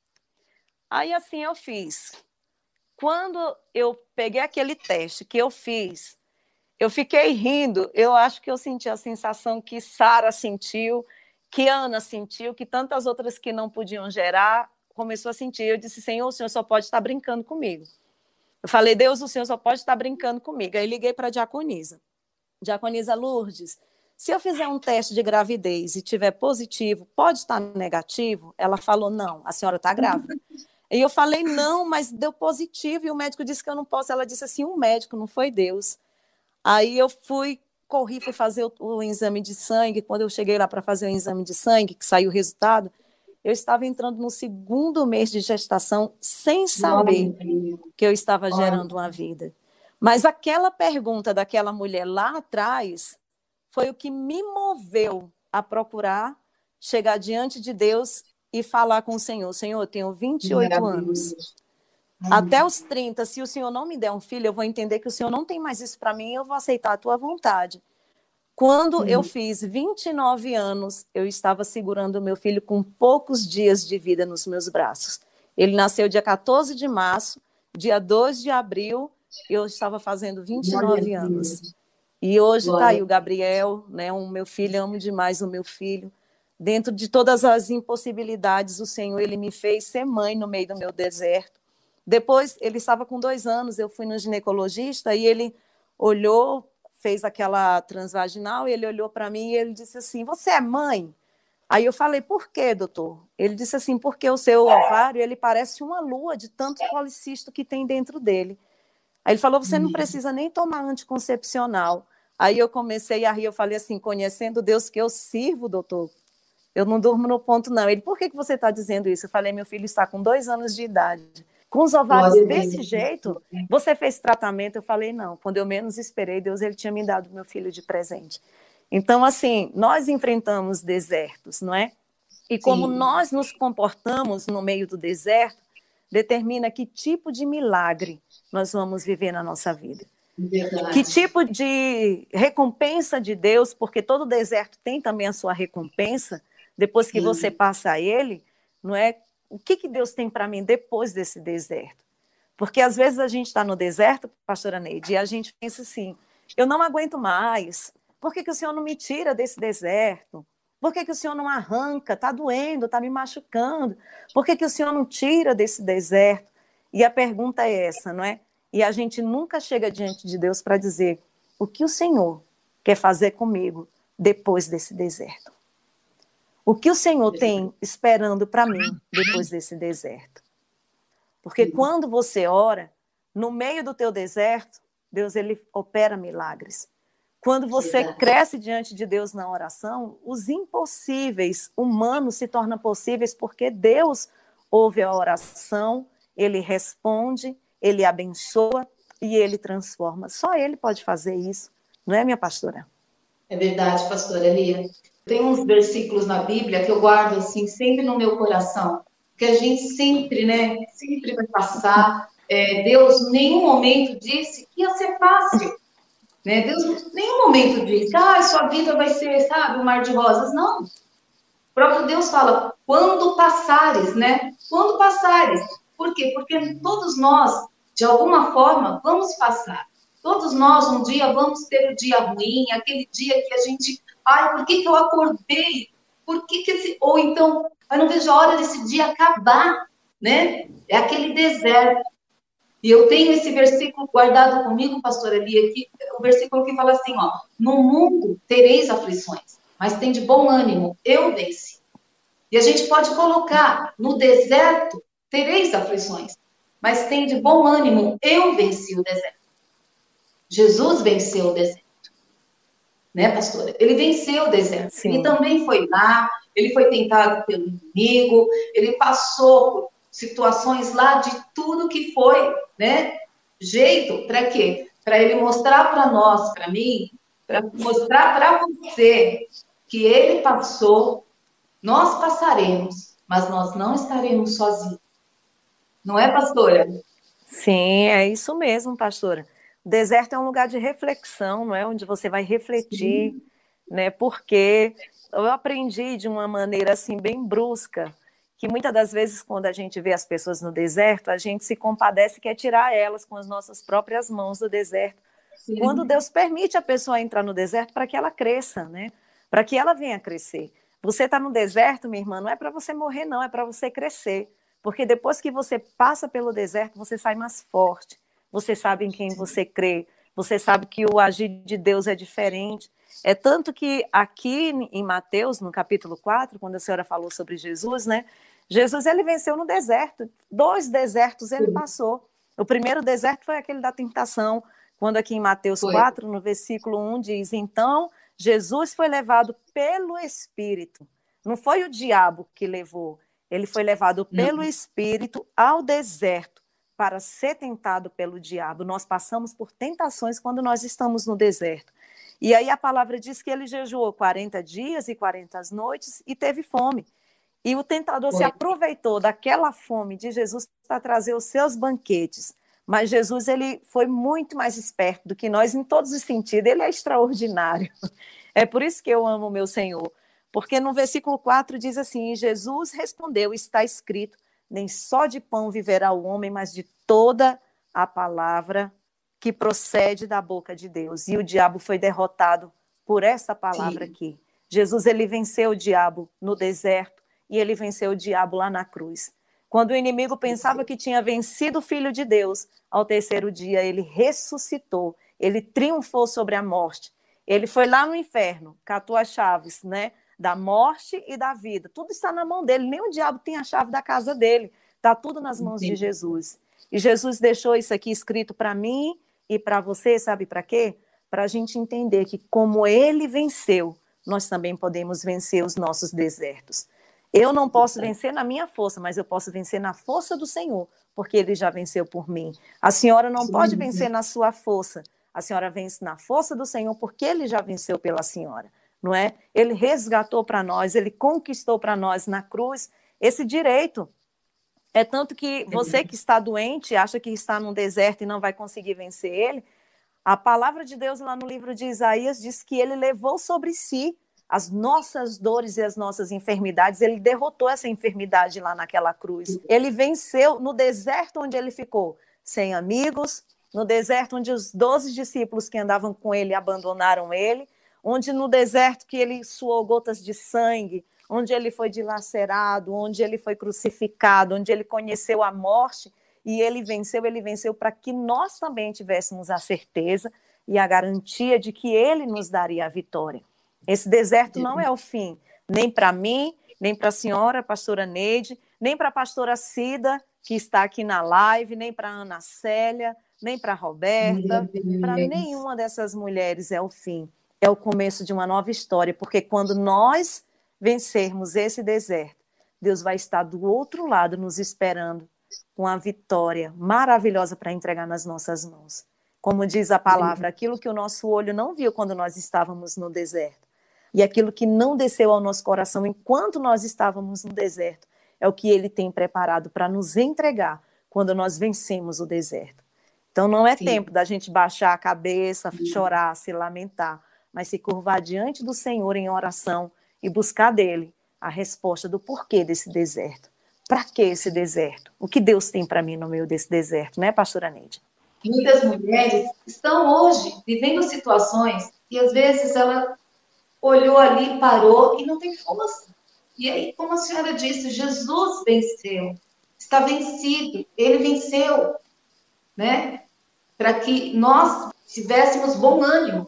Speaker 3: Aí assim eu fiz. Quando eu peguei aquele teste que eu fiz, eu fiquei rindo, eu acho que eu senti a sensação que Sara sentiu, que Ana sentiu, que tantas outras que não podiam gerar, começou a sentir. Eu disse, Senhor, o Senhor só pode estar brincando comigo. Eu falei, Deus, o Senhor só pode estar brincando comigo. Aí liguei para a diaconisa. Diaconisa Lourdes, se eu fizer um teste de gravidez e tiver positivo, pode estar negativo? Ela falou, não, a senhora está grávida. E eu falei, não, mas deu positivo e o médico disse que eu não posso. Ela disse assim, um médico, não foi Deus. Aí eu fui, corri, fui fazer o, o exame de sangue. Quando eu cheguei lá para fazer o exame de sangue, que saiu o resultado, eu estava entrando no segundo mês de gestação sem saber que eu estava gerando uma vida. Mas aquela pergunta daquela mulher lá atrás foi o que me moveu a procurar chegar diante de Deus e falar com o Senhor. Senhor, eu tenho vinte e oito anos. Até os trinta, se o Senhor não me der um filho, eu vou entender que o Senhor não tem mais isso para mim e eu vou aceitar a tua vontade. Quando uhum. eu fiz vinte e nove anos, eu estava segurando o meu filho com poucos dias de vida nos meus braços. Ele nasceu dia quatorze de março, dia dois de abril, eu estava fazendo vinte e nove anos. E hoje está aí o Gabriel, né, o meu filho, amo demais o meu filho. Dentro de todas as impossibilidades, o Senhor ele me fez ser mãe no meio do meu deserto. Depois, ele estava com dois anos, eu fui no ginecologista e ele olhou, fez aquela transvaginal, e ele olhou para mim e ele disse assim, você é mãe? Aí eu falei, por quê, doutor? Ele disse assim, porque o seu ovário, ele parece uma lua de tanto policisto que tem dentro dele. Aí ele falou, você não precisa nem tomar anticoncepcional. Aí eu comecei a rir, eu falei assim, conhecendo Deus que eu sirvo, doutor, eu não durmo no ponto, não. Ele, por que, que você está dizendo isso? Eu falei, meu filho está com dois anos de idade. Com os ovários Glória desse Deus. Jeito, você fez tratamento? Eu falei, não. Quando eu menos esperei, Deus ele tinha me dado meu filho de presente. Então, assim, nós enfrentamos desertos, não é? E como Sim. nós nos comportamos no meio do deserto, determina que tipo de milagre nós vamos viver na nossa vida. Verdade. Que tipo de recompensa de Deus, porque todo deserto tem também a sua recompensa, depois que Sim. você passa ele, não é? O que, que Deus tem para mim depois desse deserto? Porque às vezes a gente está no deserto, pastora Neide, e a gente pensa assim, eu não aguento mais, por que, que o Senhor não me tira desse deserto? Por que, que o Senhor não arranca? Está doendo, está me machucando. Por que, que o Senhor não tira desse deserto? E a pergunta é essa, não é? E a gente nunca chega diante de Deus para dizer o que o Senhor quer fazer comigo depois desse deserto. O que o Senhor tem esperando para mim depois desse deserto? Porque quando você ora, no meio do teu deserto, Deus ele opera milagres. Quando você cresce diante de Deus na oração, os impossíveis humanos se tornam possíveis porque Deus ouve a oração, ele responde, ele abençoa e ele transforma. Só ele pode fazer isso, não é, minha pastora?
Speaker 2: É verdade, pastora Lia. Tem uns versículos na Bíblia que eu guardo assim sempre no meu coração, que a gente sempre, né, sempre vai passar. É, Deus em nenhum momento disse que ia ser fácil. Né? Deus em nenhum momento diz, ah, sua vida vai ser, sabe, um mar de rosas. Não. O próprio Deus fala, quando passares, né? Quando passares. Por quê? Porque todos nós, de alguma forma, vamos passar. Todos nós, um dia, vamos ter o dia ruim, aquele dia que a gente, ai, por que, que eu acordei? Por que que esse... Ou então, eu não vejo a hora desse dia acabar, né? É aquele deserto. E eu tenho esse versículo guardado comigo, pastora Lia, aqui, o versículo que fala assim, ó, no mundo tereis aflições, mas tem de bom ânimo, eu venci. E a gente pode colocar, no deserto tereis aflições, mas tem de bom ânimo, eu venci o deserto. Jesus venceu o deserto. Né, pastora? Ele venceu o deserto. Sim. Ele também foi lá, ele foi tentado pelo inimigo, ele passou por situações lá de tudo que foi, né? Jeito, para quê? Para ele mostrar para nós, para mim, para mostrar para você que ele passou, nós passaremos, mas nós não estaremos sozinhos. Não é, pastora?
Speaker 3: Sim, é isso mesmo, pastora. O deserto é um lugar de reflexão, não é? Onde você vai refletir, Sim. né? Porque eu aprendi de uma maneira assim bem brusca que muitas das vezes quando a gente vê as pessoas no deserto, a gente se compadece e quer tirar elas com as nossas próprias mãos do deserto. Sim. Quando Deus permite a pessoa entrar no deserto para que ela cresça, né? Para que ela venha a crescer. Você está no deserto, minha irmã, não é para você morrer, não, é para você crescer. Porque depois que você passa pelo deserto, você sai mais forte. Você sabe em quem você crê. Você sabe que o agir de Deus é diferente. É tanto que aqui em Mateus, no capítulo quatro, quando a senhora falou sobre Jesus, né? Jesus, ele venceu no deserto. Dois desertos ele passou. O primeiro deserto foi aquele da tentação, quando aqui em Mateus foi. quatro, no versículo um, diz, então, Jesus foi levado pelo Espírito. Não foi o diabo que levou. Ele foi levado pelo Não. Espírito ao deserto para ser tentado pelo diabo. Nós passamos por tentações quando nós estamos no deserto. E aí a palavra diz que ele jejuou quarenta dias e quarenta noites e teve fome. E o tentador Foi. se aproveitou daquela fome de Jesus para trazer os seus banquetes. Mas Jesus ele foi muito mais esperto do que nós em todos os sentidos. Ele é extraordinário. É por isso que eu amo o meu Senhor. Porque no versículo quatro diz assim, Jesus respondeu, está escrito, nem só de pão viverá o homem, mas de toda a palavra que procede da boca de Deus. E o diabo foi derrotado por essa palavra Sim. aqui. Jesus ele venceu o diabo no deserto e ele venceu o diabo lá na cruz. Quando o inimigo pensava que tinha vencido o Filho de Deus, ao terceiro dia ele ressuscitou Ele triunfou sobre a morte. Ele foi lá no inferno, catou as chaves, né, da morte e da vida. Tudo está na mão dele. Nem o diabo tem a chave da casa dele. Está tudo nas mãos de Jesus. E Jesus deixou isso aqui escrito para mim e para você, sabe para quê? Para a gente entender que como ele venceu, nós também podemos vencer os nossos desertos. Eu não posso vencer na minha força, mas eu posso vencer na força do Senhor, porque ele já venceu por mim. A senhora não pode vencer na sua força. A senhora vence na força do Senhor, porque ele já venceu pela senhora, não é? Ele resgatou para nós, ele conquistou para nós na cruz esse direito. É tanto que você que está doente, acha que está num deserto e não vai conseguir vencer ele, a palavra de Deus lá no livro de Isaías diz que ele levou sobre si as nossas dores e as nossas enfermidades, ele derrotou essa enfermidade lá naquela cruz. Ele venceu no deserto onde ele ficou, sem amigos, no deserto onde os doze discípulos que andavam com ele abandonaram ele, onde no deserto que ele suou gotas de sangue, onde ele foi dilacerado, onde ele foi crucificado, onde ele conheceu a morte, e ele venceu, ele venceu para que nós também tivéssemos a certeza e a garantia de que ele nos daria a vitória. Esse deserto não é o fim, nem para mim, nem para a senhora, pastora Neide, nem para a pastora Cida, que está aqui na live, nem para a Ana Célia, nem para a Roberta, para nenhuma dessas mulheres é o fim. É o começo de uma nova história, porque quando nós vencermos esse deserto, Deus vai estar do outro lado nos esperando com a vitória maravilhosa para entregar nas nossas mãos. Como diz a palavra, aquilo que o nosso olho não viu quando nós estávamos no deserto, e aquilo que não desceu ao nosso coração enquanto nós estávamos no deserto, é o que ele tem preparado para nos entregar quando nós vencemos o deserto. Então não é Sim. tempo da gente baixar a cabeça, Sim. chorar, se lamentar, mas se curvar diante do Senhor em oração e buscar dele a resposta do porquê desse deserto. Para que esse deserto? O que Deus tem para mim no meio desse deserto, né, pastora Neide?
Speaker 2: Muitas mulheres estão hoje vivendo situações e às vezes ela olhou ali, parou e não tem força. E aí, como a senhora disse, Jesus venceu, está vencido, ele venceu, né? Para que nós tivéssemos bom ânimo.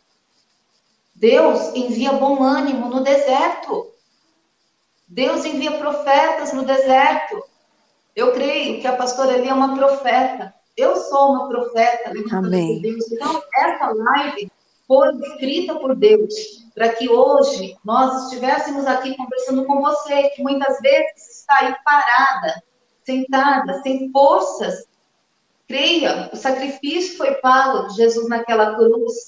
Speaker 2: Deus envia bom ânimo no deserto. Deus envia profetas no deserto. Eu creio que a pastora ali é uma profeta. Eu sou uma profeta levantada por Deus. Então, essa live foi escrita por Deus para que hoje nós estivéssemos aqui conversando com você, que muitas vezes está aí parada, sentada, sem forças. Creia, o sacrifício foi pago de Jesus naquela cruz.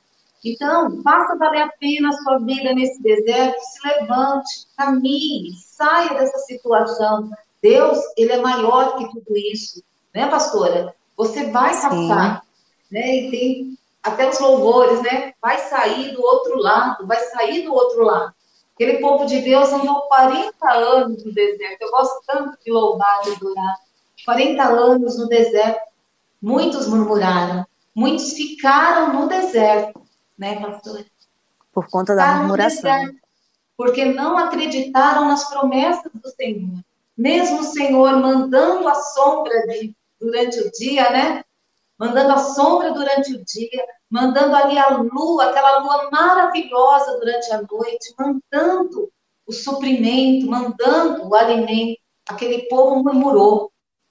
Speaker 2: Então, faça valer a pena a sua vida nesse deserto, se levante, caminhe, saia dessa situação. Deus, ele é maior que tudo isso, né, pastora? Você vai
Speaker 3: Sim.
Speaker 2: passar, né? E tem até os louvores, né? Vai sair do outro lado, vai sair do outro lado. Aquele povo de Deus andou quarenta anos no deserto. Eu gosto tanto de louvar, de adorar. quarenta anos no deserto. Muitos murmuraram, muitos ficaram no deserto. Né, pastora?
Speaker 3: Por conta da murmuração.
Speaker 2: Porque não acreditaram nas promessas do Senhor. Mesmo o Senhor mandando a sombra de, durante o dia, né? Mandando a sombra durante o dia, mandando ali a lua, aquela lua maravilhosa durante a noite, mandando o suprimento, mandando o alimento. Aquele povo murmurou.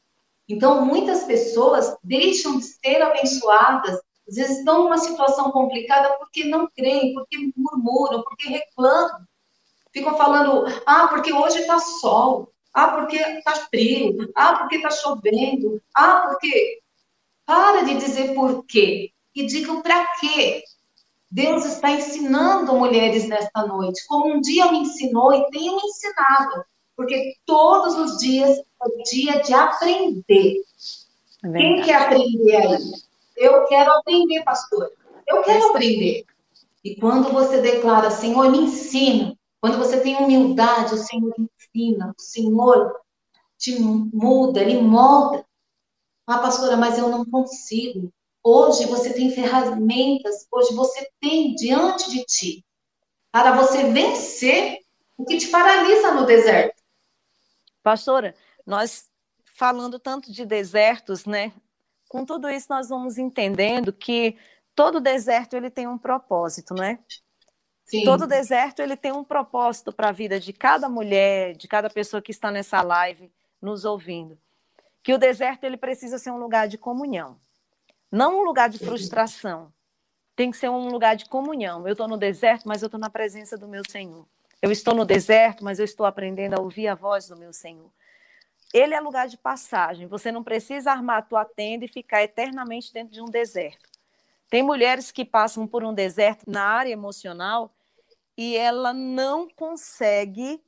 Speaker 2: Então, muitas pessoas deixam de ser abençoadas. Às vezes estão numa situação complicada porque não creem, porque murmuram, porque reclamam. Ficam falando, ah, porque hoje está sol, ah, porque está frio, ah, porque está chovendo, ah, porque... Para de dizer por quê e digam para quê. Deus está ensinando mulheres nesta noite, como um dia me ensinou e tem me ensinado, porque todos os dias é dia de aprender. É Quem quer aprender aí? Eu quero aprender, pastor. Eu quero aprender. E quando você declara, Senhor, me ensina. Quando você tem humildade, o Senhor ensina. O Senhor te muda, Ele molda. Ah, pastora, mas eu não consigo. Hoje você tem ferramentas, hoje você tem diante de ti para você vencer o que te paralisa no deserto.
Speaker 3: Pastora, nós falando tanto de desertos, né? Com tudo isso, nós vamos entendendo que todo deserto ele tem um propósito, não é?
Speaker 2: Sim.
Speaker 3: Todo deserto ele tem um propósito para a vida de cada mulher, de cada pessoa que está nessa live nos ouvindo. Que o deserto ele precisa ser um lugar de comunhão, não um lugar de frustração. Tem que ser um lugar de comunhão. Eu estou no deserto, mas eu estou na presença do meu Senhor. Eu estou no deserto, mas eu estou aprendendo a ouvir a voz do meu Senhor. Ele é lugar de passagem. Você não precisa armar a tua tenda e ficar eternamente dentro de um deserto. Tem mulheres que passam por um deserto na área emocional e ela não consegue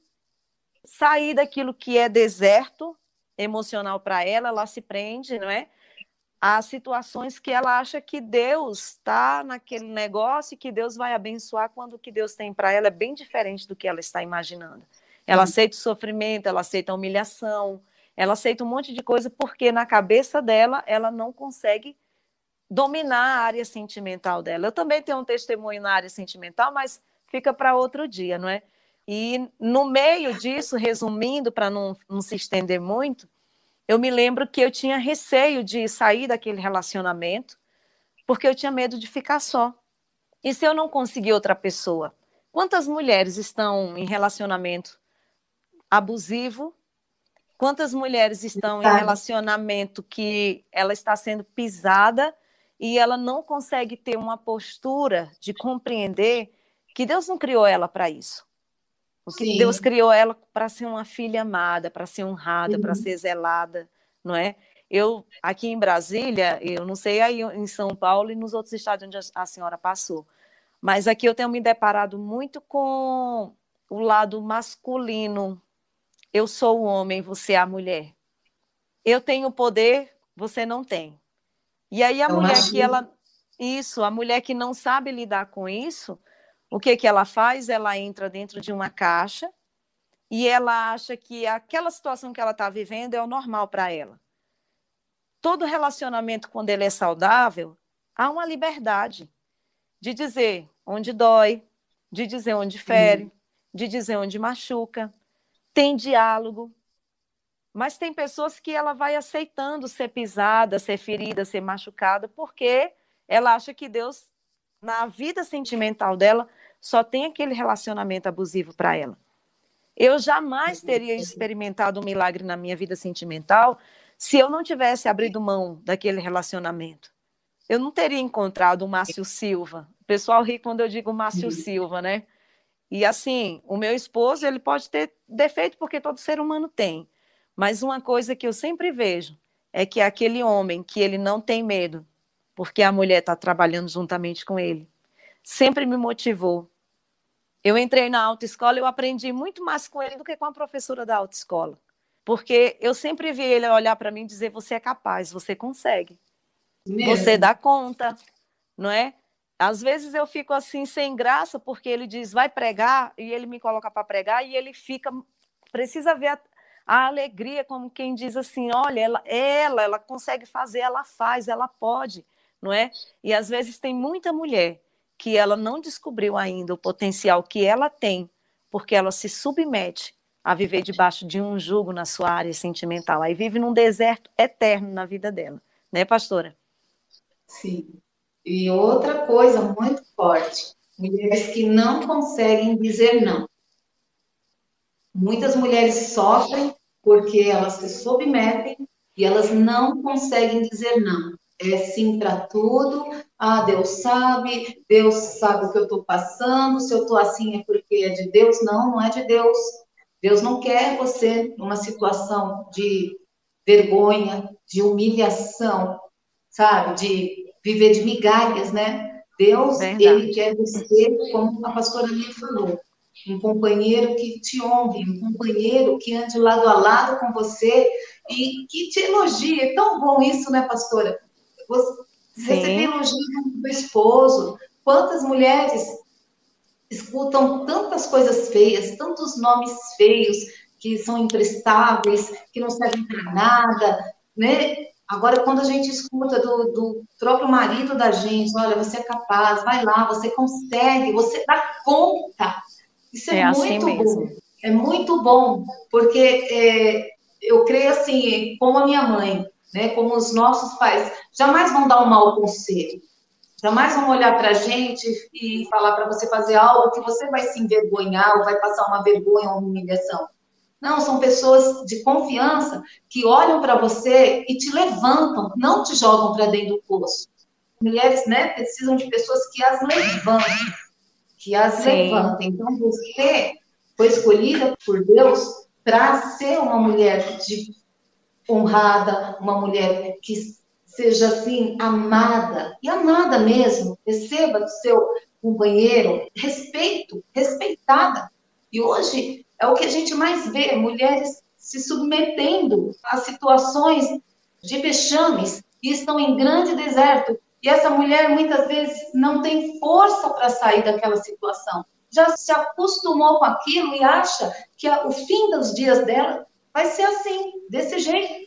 Speaker 3: sair daquilo que é deserto emocional para ela, ela se prende, não é? Há situações que ela acha que Deus está naquele negócio e que Deus vai abençoar quando o que Deus tem para ela é bem diferente do que ela está imaginando. Ela aceita o sofrimento, ela aceita a humilhação, ela aceita um monte de coisa porque na cabeça dela ela não consegue dominar a área sentimental dela. Eu também tenho um testemunho na área sentimental, mas fica para outro dia, não é? E no meio disso, resumindo, para não, não se estender muito, eu me lembro que eu tinha receio de sair daquele relacionamento porque eu tinha medo de ficar só. E se eu não conseguir outra pessoa? Quantas mulheres estão em relacionamento abusivo? Quantas mulheres estão em relacionamento que ela está sendo pisada e ela não consegue ter uma postura de compreender que Deus não criou ela para isso? O que Sim. Deus criou ela para ser uma filha amada, para ser honrada, uhum. para ser zelada, não é? Eu, aqui em Brasília, eu não sei aí em São Paulo e nos outros estados onde a senhora passou, mas aqui eu tenho me deparado muito com o lado masculino. Eu sou o homem, você é a mulher. Eu tenho poder, você não tem. E aí a eu mulher que ela... Isso, a mulher que não sabe lidar com isso... O que, que ela faz? Ela entra dentro de uma caixa e ela acha que aquela situação que ela está vivendo é o normal para ela. Todo relacionamento, quando ele é saudável, há uma liberdade de dizer onde dói, de dizer onde fere, uhum. de dizer onde machuca. Tem diálogo. Mas tem pessoas que ela vai aceitando ser pisada, ser ferida, ser machucada, porque ela acha que Deus, na vida sentimental dela, só tem aquele relacionamento abusivo para ela. Eu jamais teria experimentado um milagre na minha vida sentimental se eu não tivesse abrido mão daquele relacionamento. Eu não teria encontrado o Márcio Silva. O pessoal ri quando eu digo Márcio Silva, né? E assim, o meu esposo, ele pode ter defeito porque todo ser humano tem. Mas uma coisa que eu sempre vejo é que aquele homem que ele não tem medo, porque a mulher está trabalhando juntamente com ele, sempre me motivou. Eu entrei na autoescola e eu aprendi muito mais com ele do que com a professora da autoescola. Porque eu sempre vi ele olhar para mim e dizer, você é capaz, você consegue. Mesmo? Você dá conta, não é? Às vezes eu fico assim sem graça porque ele diz, vai pregar, e ele me coloca para pregar e ele fica, precisa ver a, a alegria como quem diz assim, olha, ela, ela, ela consegue fazer, ela faz, ela pode, não é? E às vezes tem muita mulher que ela não descobriu ainda o potencial que ela tem, porque ela se submete a viver debaixo de um jugo na sua área sentimental. Aí vive num deserto eterno na vida dela. Né, pastora?
Speaker 2: Sim. E outra coisa muito forte, mulheres que não conseguem dizer não. Muitas mulheres sofrem porque elas se submetem e elas não conseguem dizer não. É sim para tudo. Ah, Deus sabe, Deus sabe o que eu estou passando, se eu estou assim é porque é de Deus. Não, não é de Deus. Deus não quer você numa situação de vergonha, de humilhação, sabe? De viver de migalhas, né? Deus, Verdade. Ele quer você, como a pastora Lia falou, um companheiro que te honre, um companheiro que ande lado a lado com você e que te elogie. É tão bom isso, né, pastora? Você receber elogio do esposo. Quantas mulheres escutam tantas coisas feias, tantos nomes feios que são imprestáveis, que não servem para nada, né? Agora, quando a gente escuta do, do próprio marido da gente, olha, você é capaz, vai lá, você consegue, você dá conta. Isso é, é muito assim bom. Mesmo. É muito bom, porque é, eu creio assim, como a minha mãe, né, como os nossos pais, jamais vão dar um mau conselho. Jamais vão olhar para a gente e falar para você fazer algo que você vai se envergonhar ou vai passar uma vergonha ou uma humilhação. Não, são pessoas de confiança que olham para você e te levantam, não te jogam para dentro do poço. Mulheres, né, precisam de pessoas que as levantem, que as
Speaker 3: Sim.
Speaker 2: levantem. Então, você foi escolhida por Deus para ser uma mulher de honrada, uma mulher que seja, assim, amada, e amada mesmo. Receba do seu companheiro respeito, respeitada. E hoje é o que a gente mais vê, mulheres se submetendo a situações de vexames e estão em grande deserto. E essa mulher, muitas vezes, não tem força para sair daquela situação. Já se acostumou com aquilo e acha que o fim dos dias dela vai ser assim, desse jeito.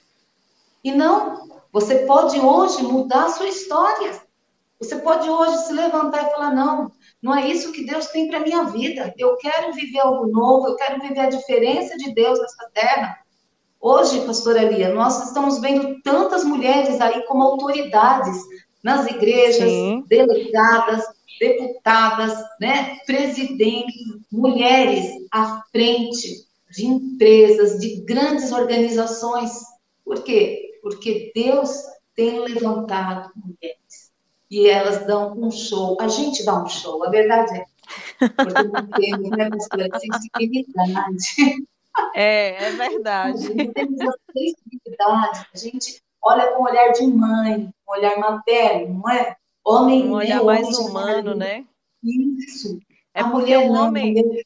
Speaker 2: E não, você pode hoje mudar a sua história. Você pode hoje se levantar e falar, não, não é isso que Deus tem para a minha vida. Eu quero viver algo novo, eu quero viver a diferença de Deus nessa terra. Hoje, pastora Lia, nós estamos vendo tantas mulheres aí como autoridades nas igrejas,
Speaker 3: Sim.
Speaker 2: delegadas, deputadas, né, presidentes, mulheres à frente de empresas, de grandes organizações. Por quê? Porque Deus tem levantado mulheres. E elas dão um show. A gente dá um show, a verdade é. Porque não temos, né, pastora, sensibilidade.
Speaker 3: É, é verdade.
Speaker 2: Não temos a sensibilidade. A gente olha com um olhar de mãe, um olhar materno, não é? Homem,
Speaker 3: Um olhar
Speaker 2: né?
Speaker 3: mais
Speaker 2: Homem
Speaker 3: humano,
Speaker 2: já...
Speaker 3: né?
Speaker 2: Isso.
Speaker 3: É
Speaker 2: A
Speaker 3: porque
Speaker 2: mulher
Speaker 3: o
Speaker 2: não,
Speaker 3: homem,
Speaker 2: mulher...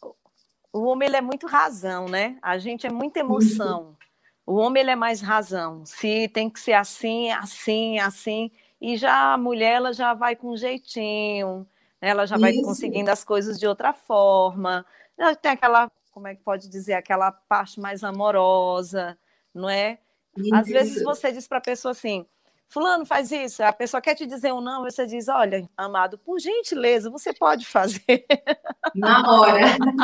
Speaker 3: o homem ele é muito razão, né? A gente é muita emoção. O homem ele é mais razão. Se tem que ser assim, assim, assim. E já a mulher ela já vai com um jeitinho, ela já vai
Speaker 2: Isso.
Speaker 3: conseguindo as coisas de outra forma. Ela tem aquela, como é que pode dizer, aquela parte mais amorosa, não é?
Speaker 2: Isso.
Speaker 3: Às vezes você diz para a pessoa assim, fulano faz isso, a pessoa quer te dizer um não, você diz, olha, amado, por gentileza, você pode fazer.
Speaker 2: Na hora.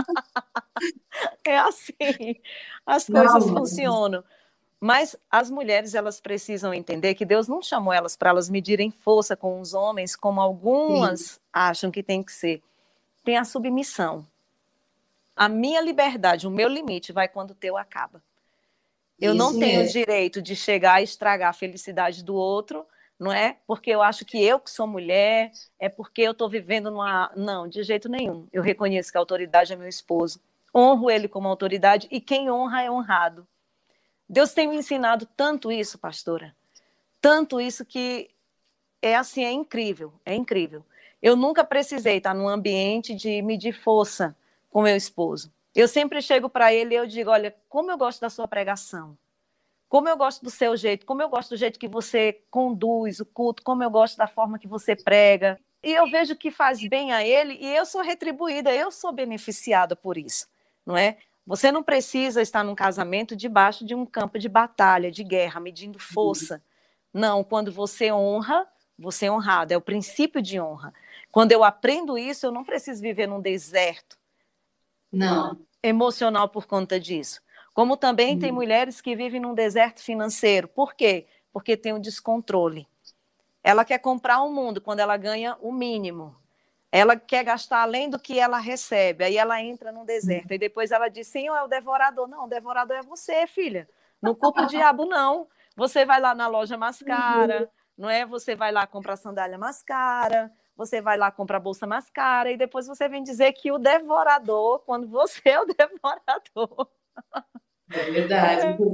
Speaker 3: É assim, as
Speaker 2: Na
Speaker 3: coisas
Speaker 2: hora.
Speaker 3: funcionam. Mas as mulheres, elas precisam entender que Deus não chamou elas para elas medirem força com os homens, como algumas Sim. acham que tem que ser. Tem a submissão. A minha liberdade, o meu limite vai quando o teu acaba. Eu
Speaker 2: Isso
Speaker 3: não tenho o
Speaker 2: mesmo.
Speaker 3: direito de chegar e estragar a felicidade do outro, não é? Porque eu acho que eu que sou mulher, é porque eu estou vivendo numa... Não, de jeito nenhum. Eu reconheço que a autoridade é meu esposo. Honro ele como autoridade e quem honra é honrado. Deus tem me ensinado tanto isso, pastora. Tanto isso que é assim, é incrível, é incrível. Eu nunca precisei estar num ambiente de medir força com meu esposo. Eu sempre chego para ele e eu digo, olha, como eu gosto da sua pregação, como eu gosto do seu jeito, como eu gosto do jeito que você conduz o culto, como eu gosto da forma que você prega. E eu vejo que faz bem a ele e eu sou retribuída, eu sou beneficiada por isso, não é? Você não precisa estar num casamento debaixo de um campo de batalha, de guerra, medindo força. Não, quando você honra, você é honrado, é o princípio de honra. Quando eu aprendo isso, eu não preciso viver num deserto
Speaker 2: não.
Speaker 3: emocional por conta disso. Como também
Speaker 2: Hum.
Speaker 3: tem mulheres que vivem num deserto financeiro. Por quê? Porque tem o descontrole. Ela quer comprar o mundo quando ela ganha o mínimo. Ela quer gastar além do que ela recebe. Aí ela entra num deserto. E depois ela diz, Senhor, é o devorador. Não, o devorador é você, filha. Não culpa o diabo, não. Você vai lá na loja mais cara, não é? Você vai lá comprar sandália mais cara, você vai lá comprar bolsa mais cara, e depois você vem dizer que o devorador, quando você é o devorador.
Speaker 2: É verdade. É.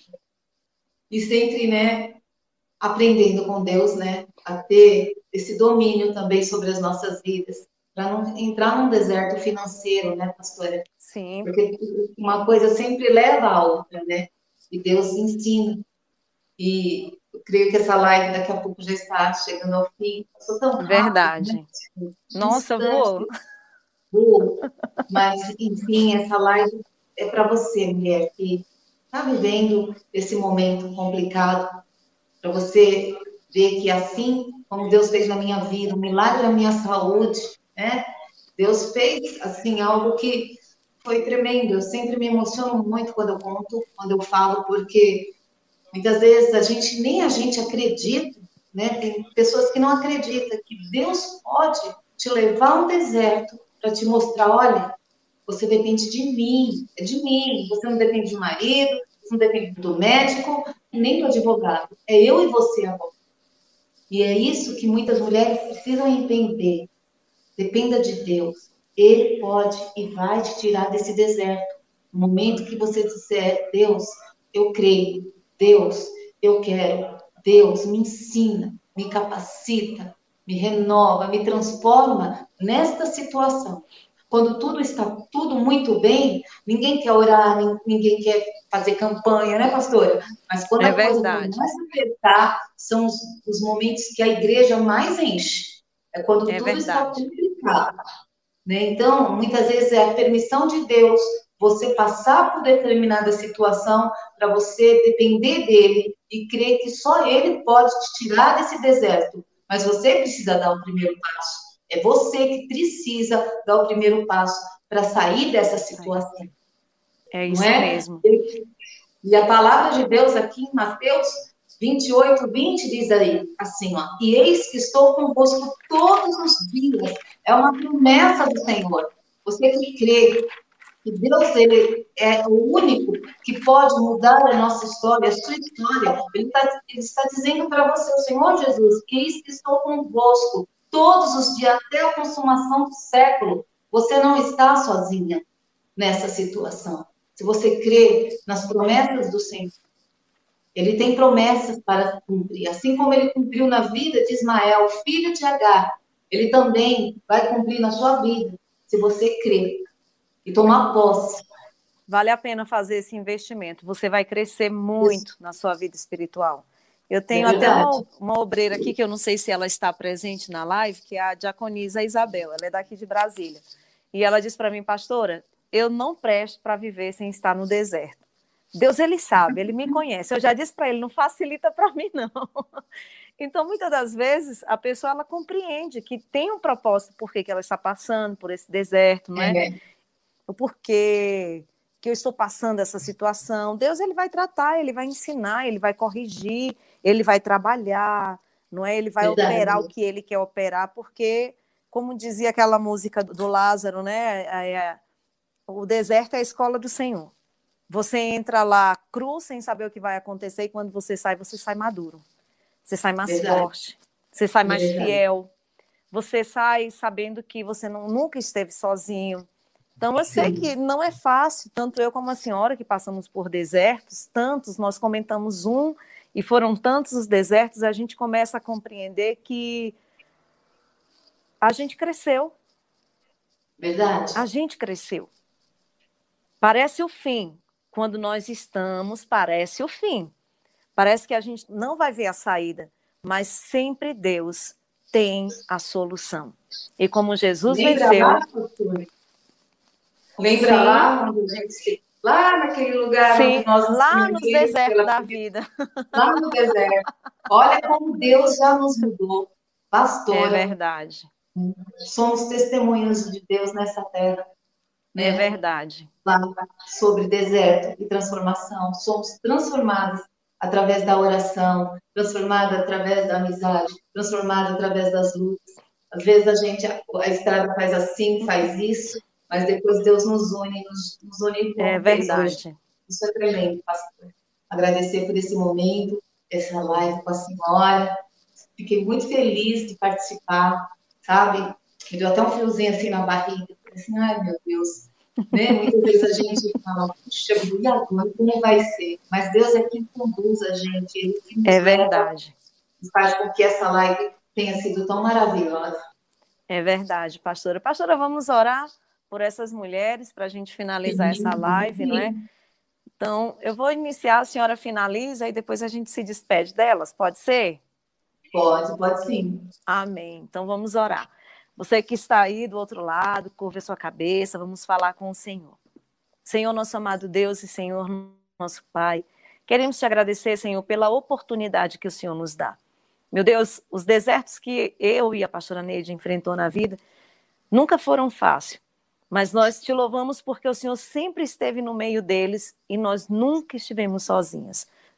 Speaker 2: E sempre, né, aprendendo com Deus, né, a ter esse domínio também sobre as nossas vidas, para não entrar num deserto financeiro, né, pastora?
Speaker 3: Sim.
Speaker 2: Porque uma coisa sempre leva a outra, né? E Deus ensina. E eu creio que essa live daqui a pouco já está chegando ao fim. Eu sou tão rápido,
Speaker 3: verdade.
Speaker 2: Né?
Speaker 3: Nossa, vou.
Speaker 2: Vou. Mas, enfim, essa live é para você, mulher, que está vivendo esse momento complicado, para você ver que assim como Deus fez na minha vida, um milagre na minha saúde, né? Deus fez, assim, algo que foi tremendo. Eu sempre me emociono muito quando eu conto, quando eu falo, porque muitas vezes a gente, nem a gente acredita né? Tem pessoas que não acreditam que Deus pode te levar a um deserto para te mostrar, olha, você depende de mim, é de mim, você não depende do marido, você não depende do médico, nem do advogado, é eu e você agora. E é isso que muitas mulheres precisam entender. Dependa de Deus. Ele pode e vai te tirar desse deserto. No momento que você disser, Deus, eu creio, Deus, eu quero, Deus, me ensina, me capacita, me renova, me transforma nesta situação. Quando tudo está tudo muito bem, ninguém quer orar, ninguém quer fazer campanha, né, pastora? Mas quando
Speaker 3: É
Speaker 2: a coisa
Speaker 3: verdade.
Speaker 2: começa a apertar, são os, os momentos que a igreja mais enche. É quando
Speaker 3: É
Speaker 2: tudo está
Speaker 3: verdade.
Speaker 2: complicado, né? Então, muitas vezes é a permissão de Deus você passar por determinada situação para você depender dele e crer que só ele pode te tirar desse deserto. Mas você precisa dar o primeiro passo. É você que precisa dar o primeiro passo para sair dessa situação.
Speaker 3: É
Speaker 2: não
Speaker 3: isso
Speaker 2: é?
Speaker 3: mesmo.
Speaker 2: E a palavra de Deus aqui em Mateus vinte e oito, vinte diz aí, assim, ó, e eis que estou convosco todos os dias. É uma promessa do Senhor. Você que crê que Deus ele é o único que pode mudar a nossa história, a sua história. Ele, tá, ele está dizendo para você, o Senhor Jesus, que eis que estou convosco todos os dias, até a consumação do século. Você não está sozinha nessa situação. Se você crê nas promessas do Senhor, ele tem promessas para cumprir. Assim como ele cumpriu na vida de Ismael, filho de Agar, ele também vai cumprir na sua vida, se você crer e tomar posse.
Speaker 3: Vale a pena fazer esse investimento. Você vai crescer muito Isso. na sua vida espiritual. Eu tenho é até uma, uma obreira aqui, que eu não sei se ela está presente na live, que é a diaconisa Isabel. Ela é daqui de Brasília. E ela disse para mim, pastora, eu não presto para viver sem estar no deserto. Deus, ele sabe, ele me conhece. Eu já disse para ele, não facilita para mim, não. Então, muitas das vezes, a pessoa ela compreende que tem um propósito por que ela está passando por esse deserto, não é? é. O porquê que eu estou passando essa situação. Deus, ele vai tratar, ele vai ensinar, ele vai corrigir, ele vai trabalhar, não é? Ele vai Verdade. operar o que ele quer operar, porque, como dizia aquela música do Lázaro, né? É, é, o deserto é a escola do Senhor. Você entra lá cru, sem saber o que vai acontecer, e quando você sai, você sai maduro. Você sai mais Verdade. forte, você sai mais Verdade. fiel, você sai sabendo que você não, nunca esteve sozinho. Então, eu sei que não é fácil, tanto eu como a senhora que passamos por desertos, tantos, nós comentamos um, e foram tantos os desertos, a gente começa a compreender que a gente cresceu.
Speaker 2: Verdade.
Speaker 3: A gente cresceu. Parece o fim. Quando nós estamos, parece o fim. Parece que a gente não vai ver a saída, mas sempre Deus tem a solução. E como Jesus
Speaker 2: Lembra
Speaker 3: venceu...
Speaker 2: Lá, Lembra Sim. lá, quando a gente... Lá naquele lugar
Speaker 3: Sim,
Speaker 2: onde nós...
Speaker 3: lá nos desertos da vida.
Speaker 2: Lá no deserto. Olha como Deus já nos mudou. Pastora.
Speaker 3: É verdade.
Speaker 2: Somos testemunhas de Deus nessa terra. Né?
Speaker 3: É verdade.
Speaker 2: Lá sobre deserto e transformação. Somos transformadas através da oração, transformadas através da amizade, transformadas através das lutas. Às vezes a gente, a, a estrada faz assim, faz isso, mas depois Deus nos une, nos, nos une com
Speaker 3: É verdade.
Speaker 2: Hoje. Isso é tremendo, pastor. Agradecer por esse momento, essa live com a senhora. Fiquei muito feliz de participar, sabe? Me deu até um friozinho assim na barriga. Assim, ai, meu Deus. Né? Muitas vezes a gente fala, puxa, e agora como vai ser? Mas Deus é quem conduz a gente. Ele que nos
Speaker 3: é verdade.
Speaker 2: Leva, faz com que essa live tenha sido tão maravilhosa.
Speaker 3: É verdade, pastora. Pastora, vamos orar por essas mulheres para a gente finalizar sim, essa live, sim. não é? Então, eu vou iniciar, a senhora finaliza e depois a gente se despede delas, pode ser?
Speaker 2: Pode, pode sim.
Speaker 3: Amém. Então, vamos orar. Você que está aí do outro lado, curva a sua cabeça, vamos falar com o Senhor. Senhor, nosso amado Deus e Senhor, nosso Pai, queremos te agradecer, Senhor, pela oportunidade que o Senhor nos dá. Meu Deus, os desertos que eu e a pastora Neide enfrentou na vida nunca foram fáceis, mas nós te louvamos porque o Senhor sempre esteve no meio deles e nós nunca estivemos sozinhas.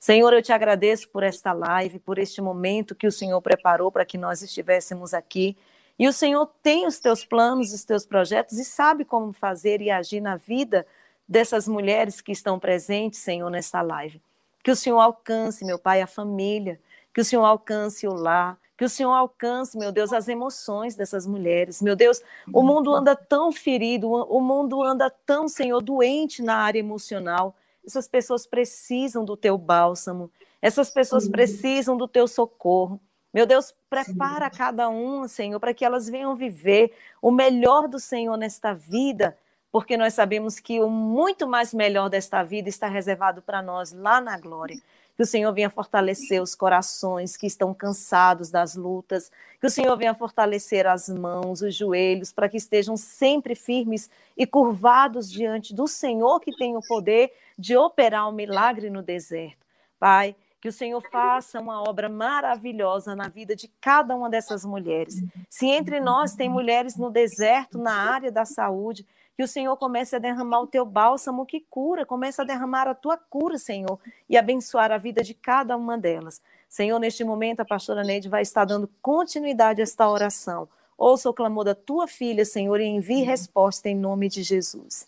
Speaker 3: Senhor, eu te agradeço por esta live, por este momento que o Senhor preparou para que nós estivéssemos aqui. E o Senhor tem os teus planos, os teus projetos e sabe como fazer e agir na vida dessas mulheres que estão presentes, Senhor, nesta live. Que o Senhor alcance, meu Pai, a família, que o Senhor alcance o lar, que o Senhor alcance, meu Deus, as emoções dessas mulheres. Meu Deus, o mundo anda tão ferido, o mundo anda tão, Senhor, doente na área emocional. Essas pessoas precisam do teu bálsamo, essas pessoas precisam do teu socorro. Meu Deus, prepara cada uma, Senhor, para que elas venham viver o melhor do Senhor nesta vida, porque nós sabemos que o muito mais melhor desta vida está reservado para nós lá na glória. Que o Senhor venha fortalecer os corações que estão cansados das lutas, que o Senhor venha fortalecer as mãos, os joelhos, para que estejam sempre firmes e curvados diante do Senhor, que tem o poder de operar um milagre no deserto. Pai, que o Senhor faça uma obra maravilhosa na vida de cada uma dessas mulheres. Se entre nós tem mulheres no deserto, na área da saúde, que o Senhor comece a derramar o teu bálsamo que cura, comece a derramar a tua cura, Senhor, e abençoar a vida de cada uma delas. Senhor, neste momento a pastora Neide vai estar dando continuidade a esta oração. Ouça o clamor da tua filha, Senhor, e envie resposta em nome de Jesus.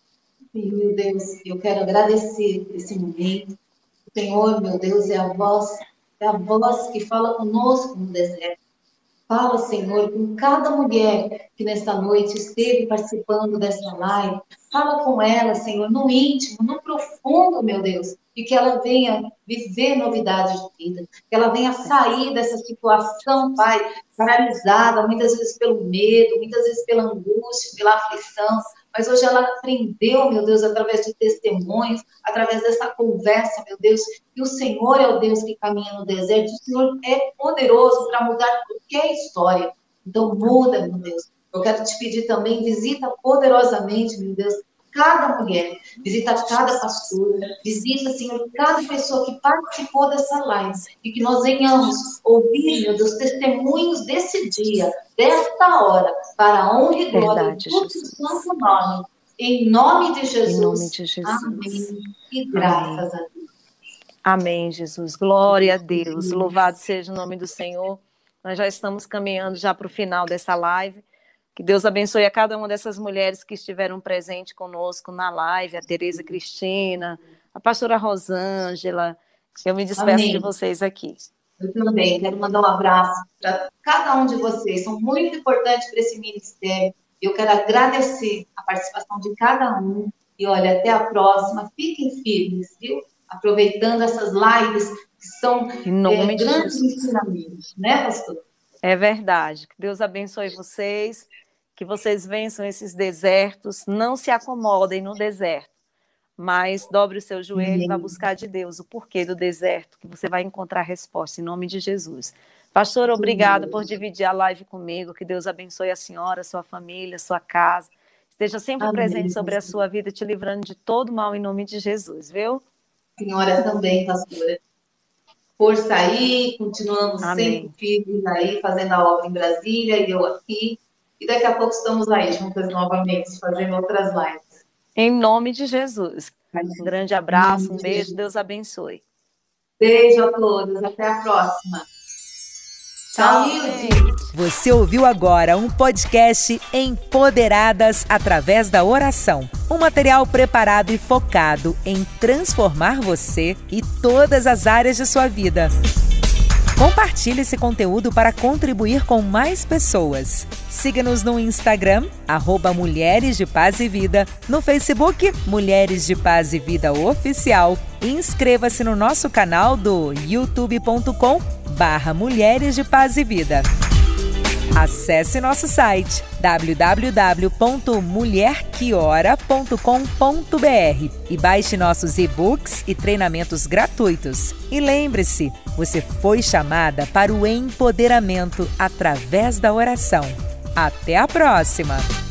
Speaker 2: Meu Deus, eu quero agradecer por esse momento. O Senhor, meu Deus, é a voz, é a voz que fala conosco no deserto. Fala, Senhor, com cada mulher que nesta noite esteve participando dessa live. Fala com ela, Senhor, no íntimo, no profundo, meu Deus, e que ela venha viver novidades de vida, que ela venha sair dessa situação, Pai, paralisada, muitas vezes pelo medo, muitas vezes pela angústia, pela aflição, mas hoje ela aprendeu, meu Deus, através de testemunhos, através dessa conversa, meu Deus, que o Senhor é o Deus que caminha no deserto, o Senhor é poderoso para mudar qualquer história. Então muda, meu Deus. Eu quero te pedir também, visita poderosamente, meu Deus, cada mulher, visita cada pastor, visita, Senhor, cada pessoa que participou dessa live, e que nós venhamos ouvir, meu Deus, testemunhos desse dia, desta hora, para a honra e glória do teu santo nome, em nome de Jesus.
Speaker 3: Em nome de Jesus.
Speaker 2: Amém. E graças Amém. A Deus.
Speaker 3: Amém, Jesus. Glória a Deus. Louvado seja o nome do Senhor. Nós já estamos caminhando já para o final dessa live. Que Deus abençoe a cada uma dessas mulheres que estiveram presentes conosco na live, a Tereza Cristina, a pastora Rosângela. Eu me despeço Amém. De vocês aqui.
Speaker 2: Eu também quero mandar um abraço para cada um de vocês. São muito importantes para esse ministério. Eu quero agradecer a participação de cada um. E olha, até a próxima. Fiquem firmes, viu? Aproveitando essas lives que são
Speaker 3: em nome
Speaker 2: é,
Speaker 3: de
Speaker 2: grandes
Speaker 3: Jesus.
Speaker 2: Ensinamentos, né, pastor?
Speaker 3: É verdade. Que Deus abençoe vocês. Que vocês vençam esses desertos, não se acomodem no deserto, mas dobre o seu joelho e vá buscar de Deus o porquê do deserto, que você vai encontrar resposta, em nome de Jesus. Pastor, obrigada por dividir a live comigo, que Deus abençoe a senhora, a sua família, a sua casa, esteja sempre Amém. Presente sobre a sua vida, te livrando de todo mal, em nome de Jesus, viu?
Speaker 2: Senhora também, pastora. Força aí, continuamos
Speaker 3: Amém.
Speaker 2: Sempre firmes aí, fazendo a obra em Brasília, e eu aqui. E daqui a pouco estamos aí juntas novamente, fazendo outras lives.
Speaker 3: Em nome de Jesus. Um grande abraço, um beijo, Deus abençoe.
Speaker 2: Beijo a todos, até a próxima. Tchau, Hilde.
Speaker 1: Você ouviu agora um podcast Empoderadas através da oração. Um material preparado e focado em transformar você e todas as áreas de sua vida. Compartilhe esse conteúdo para contribuir com mais pessoas. Siga-nos no Instagram, arroba Mulheres de Paz e Vida, no Facebook, Mulheres de Paz e Vida Oficial, e inscreva-se no nosso canal do youtube ponto com barra Mulheres de Paz e Vida. Acesse nosso site w w w ponto mulher que ora ponto com ponto b r e baixe nossos e-books e treinamentos gratuitos. E lembre-se, você foi chamada para o empoderamento através da oração. Até a próxima!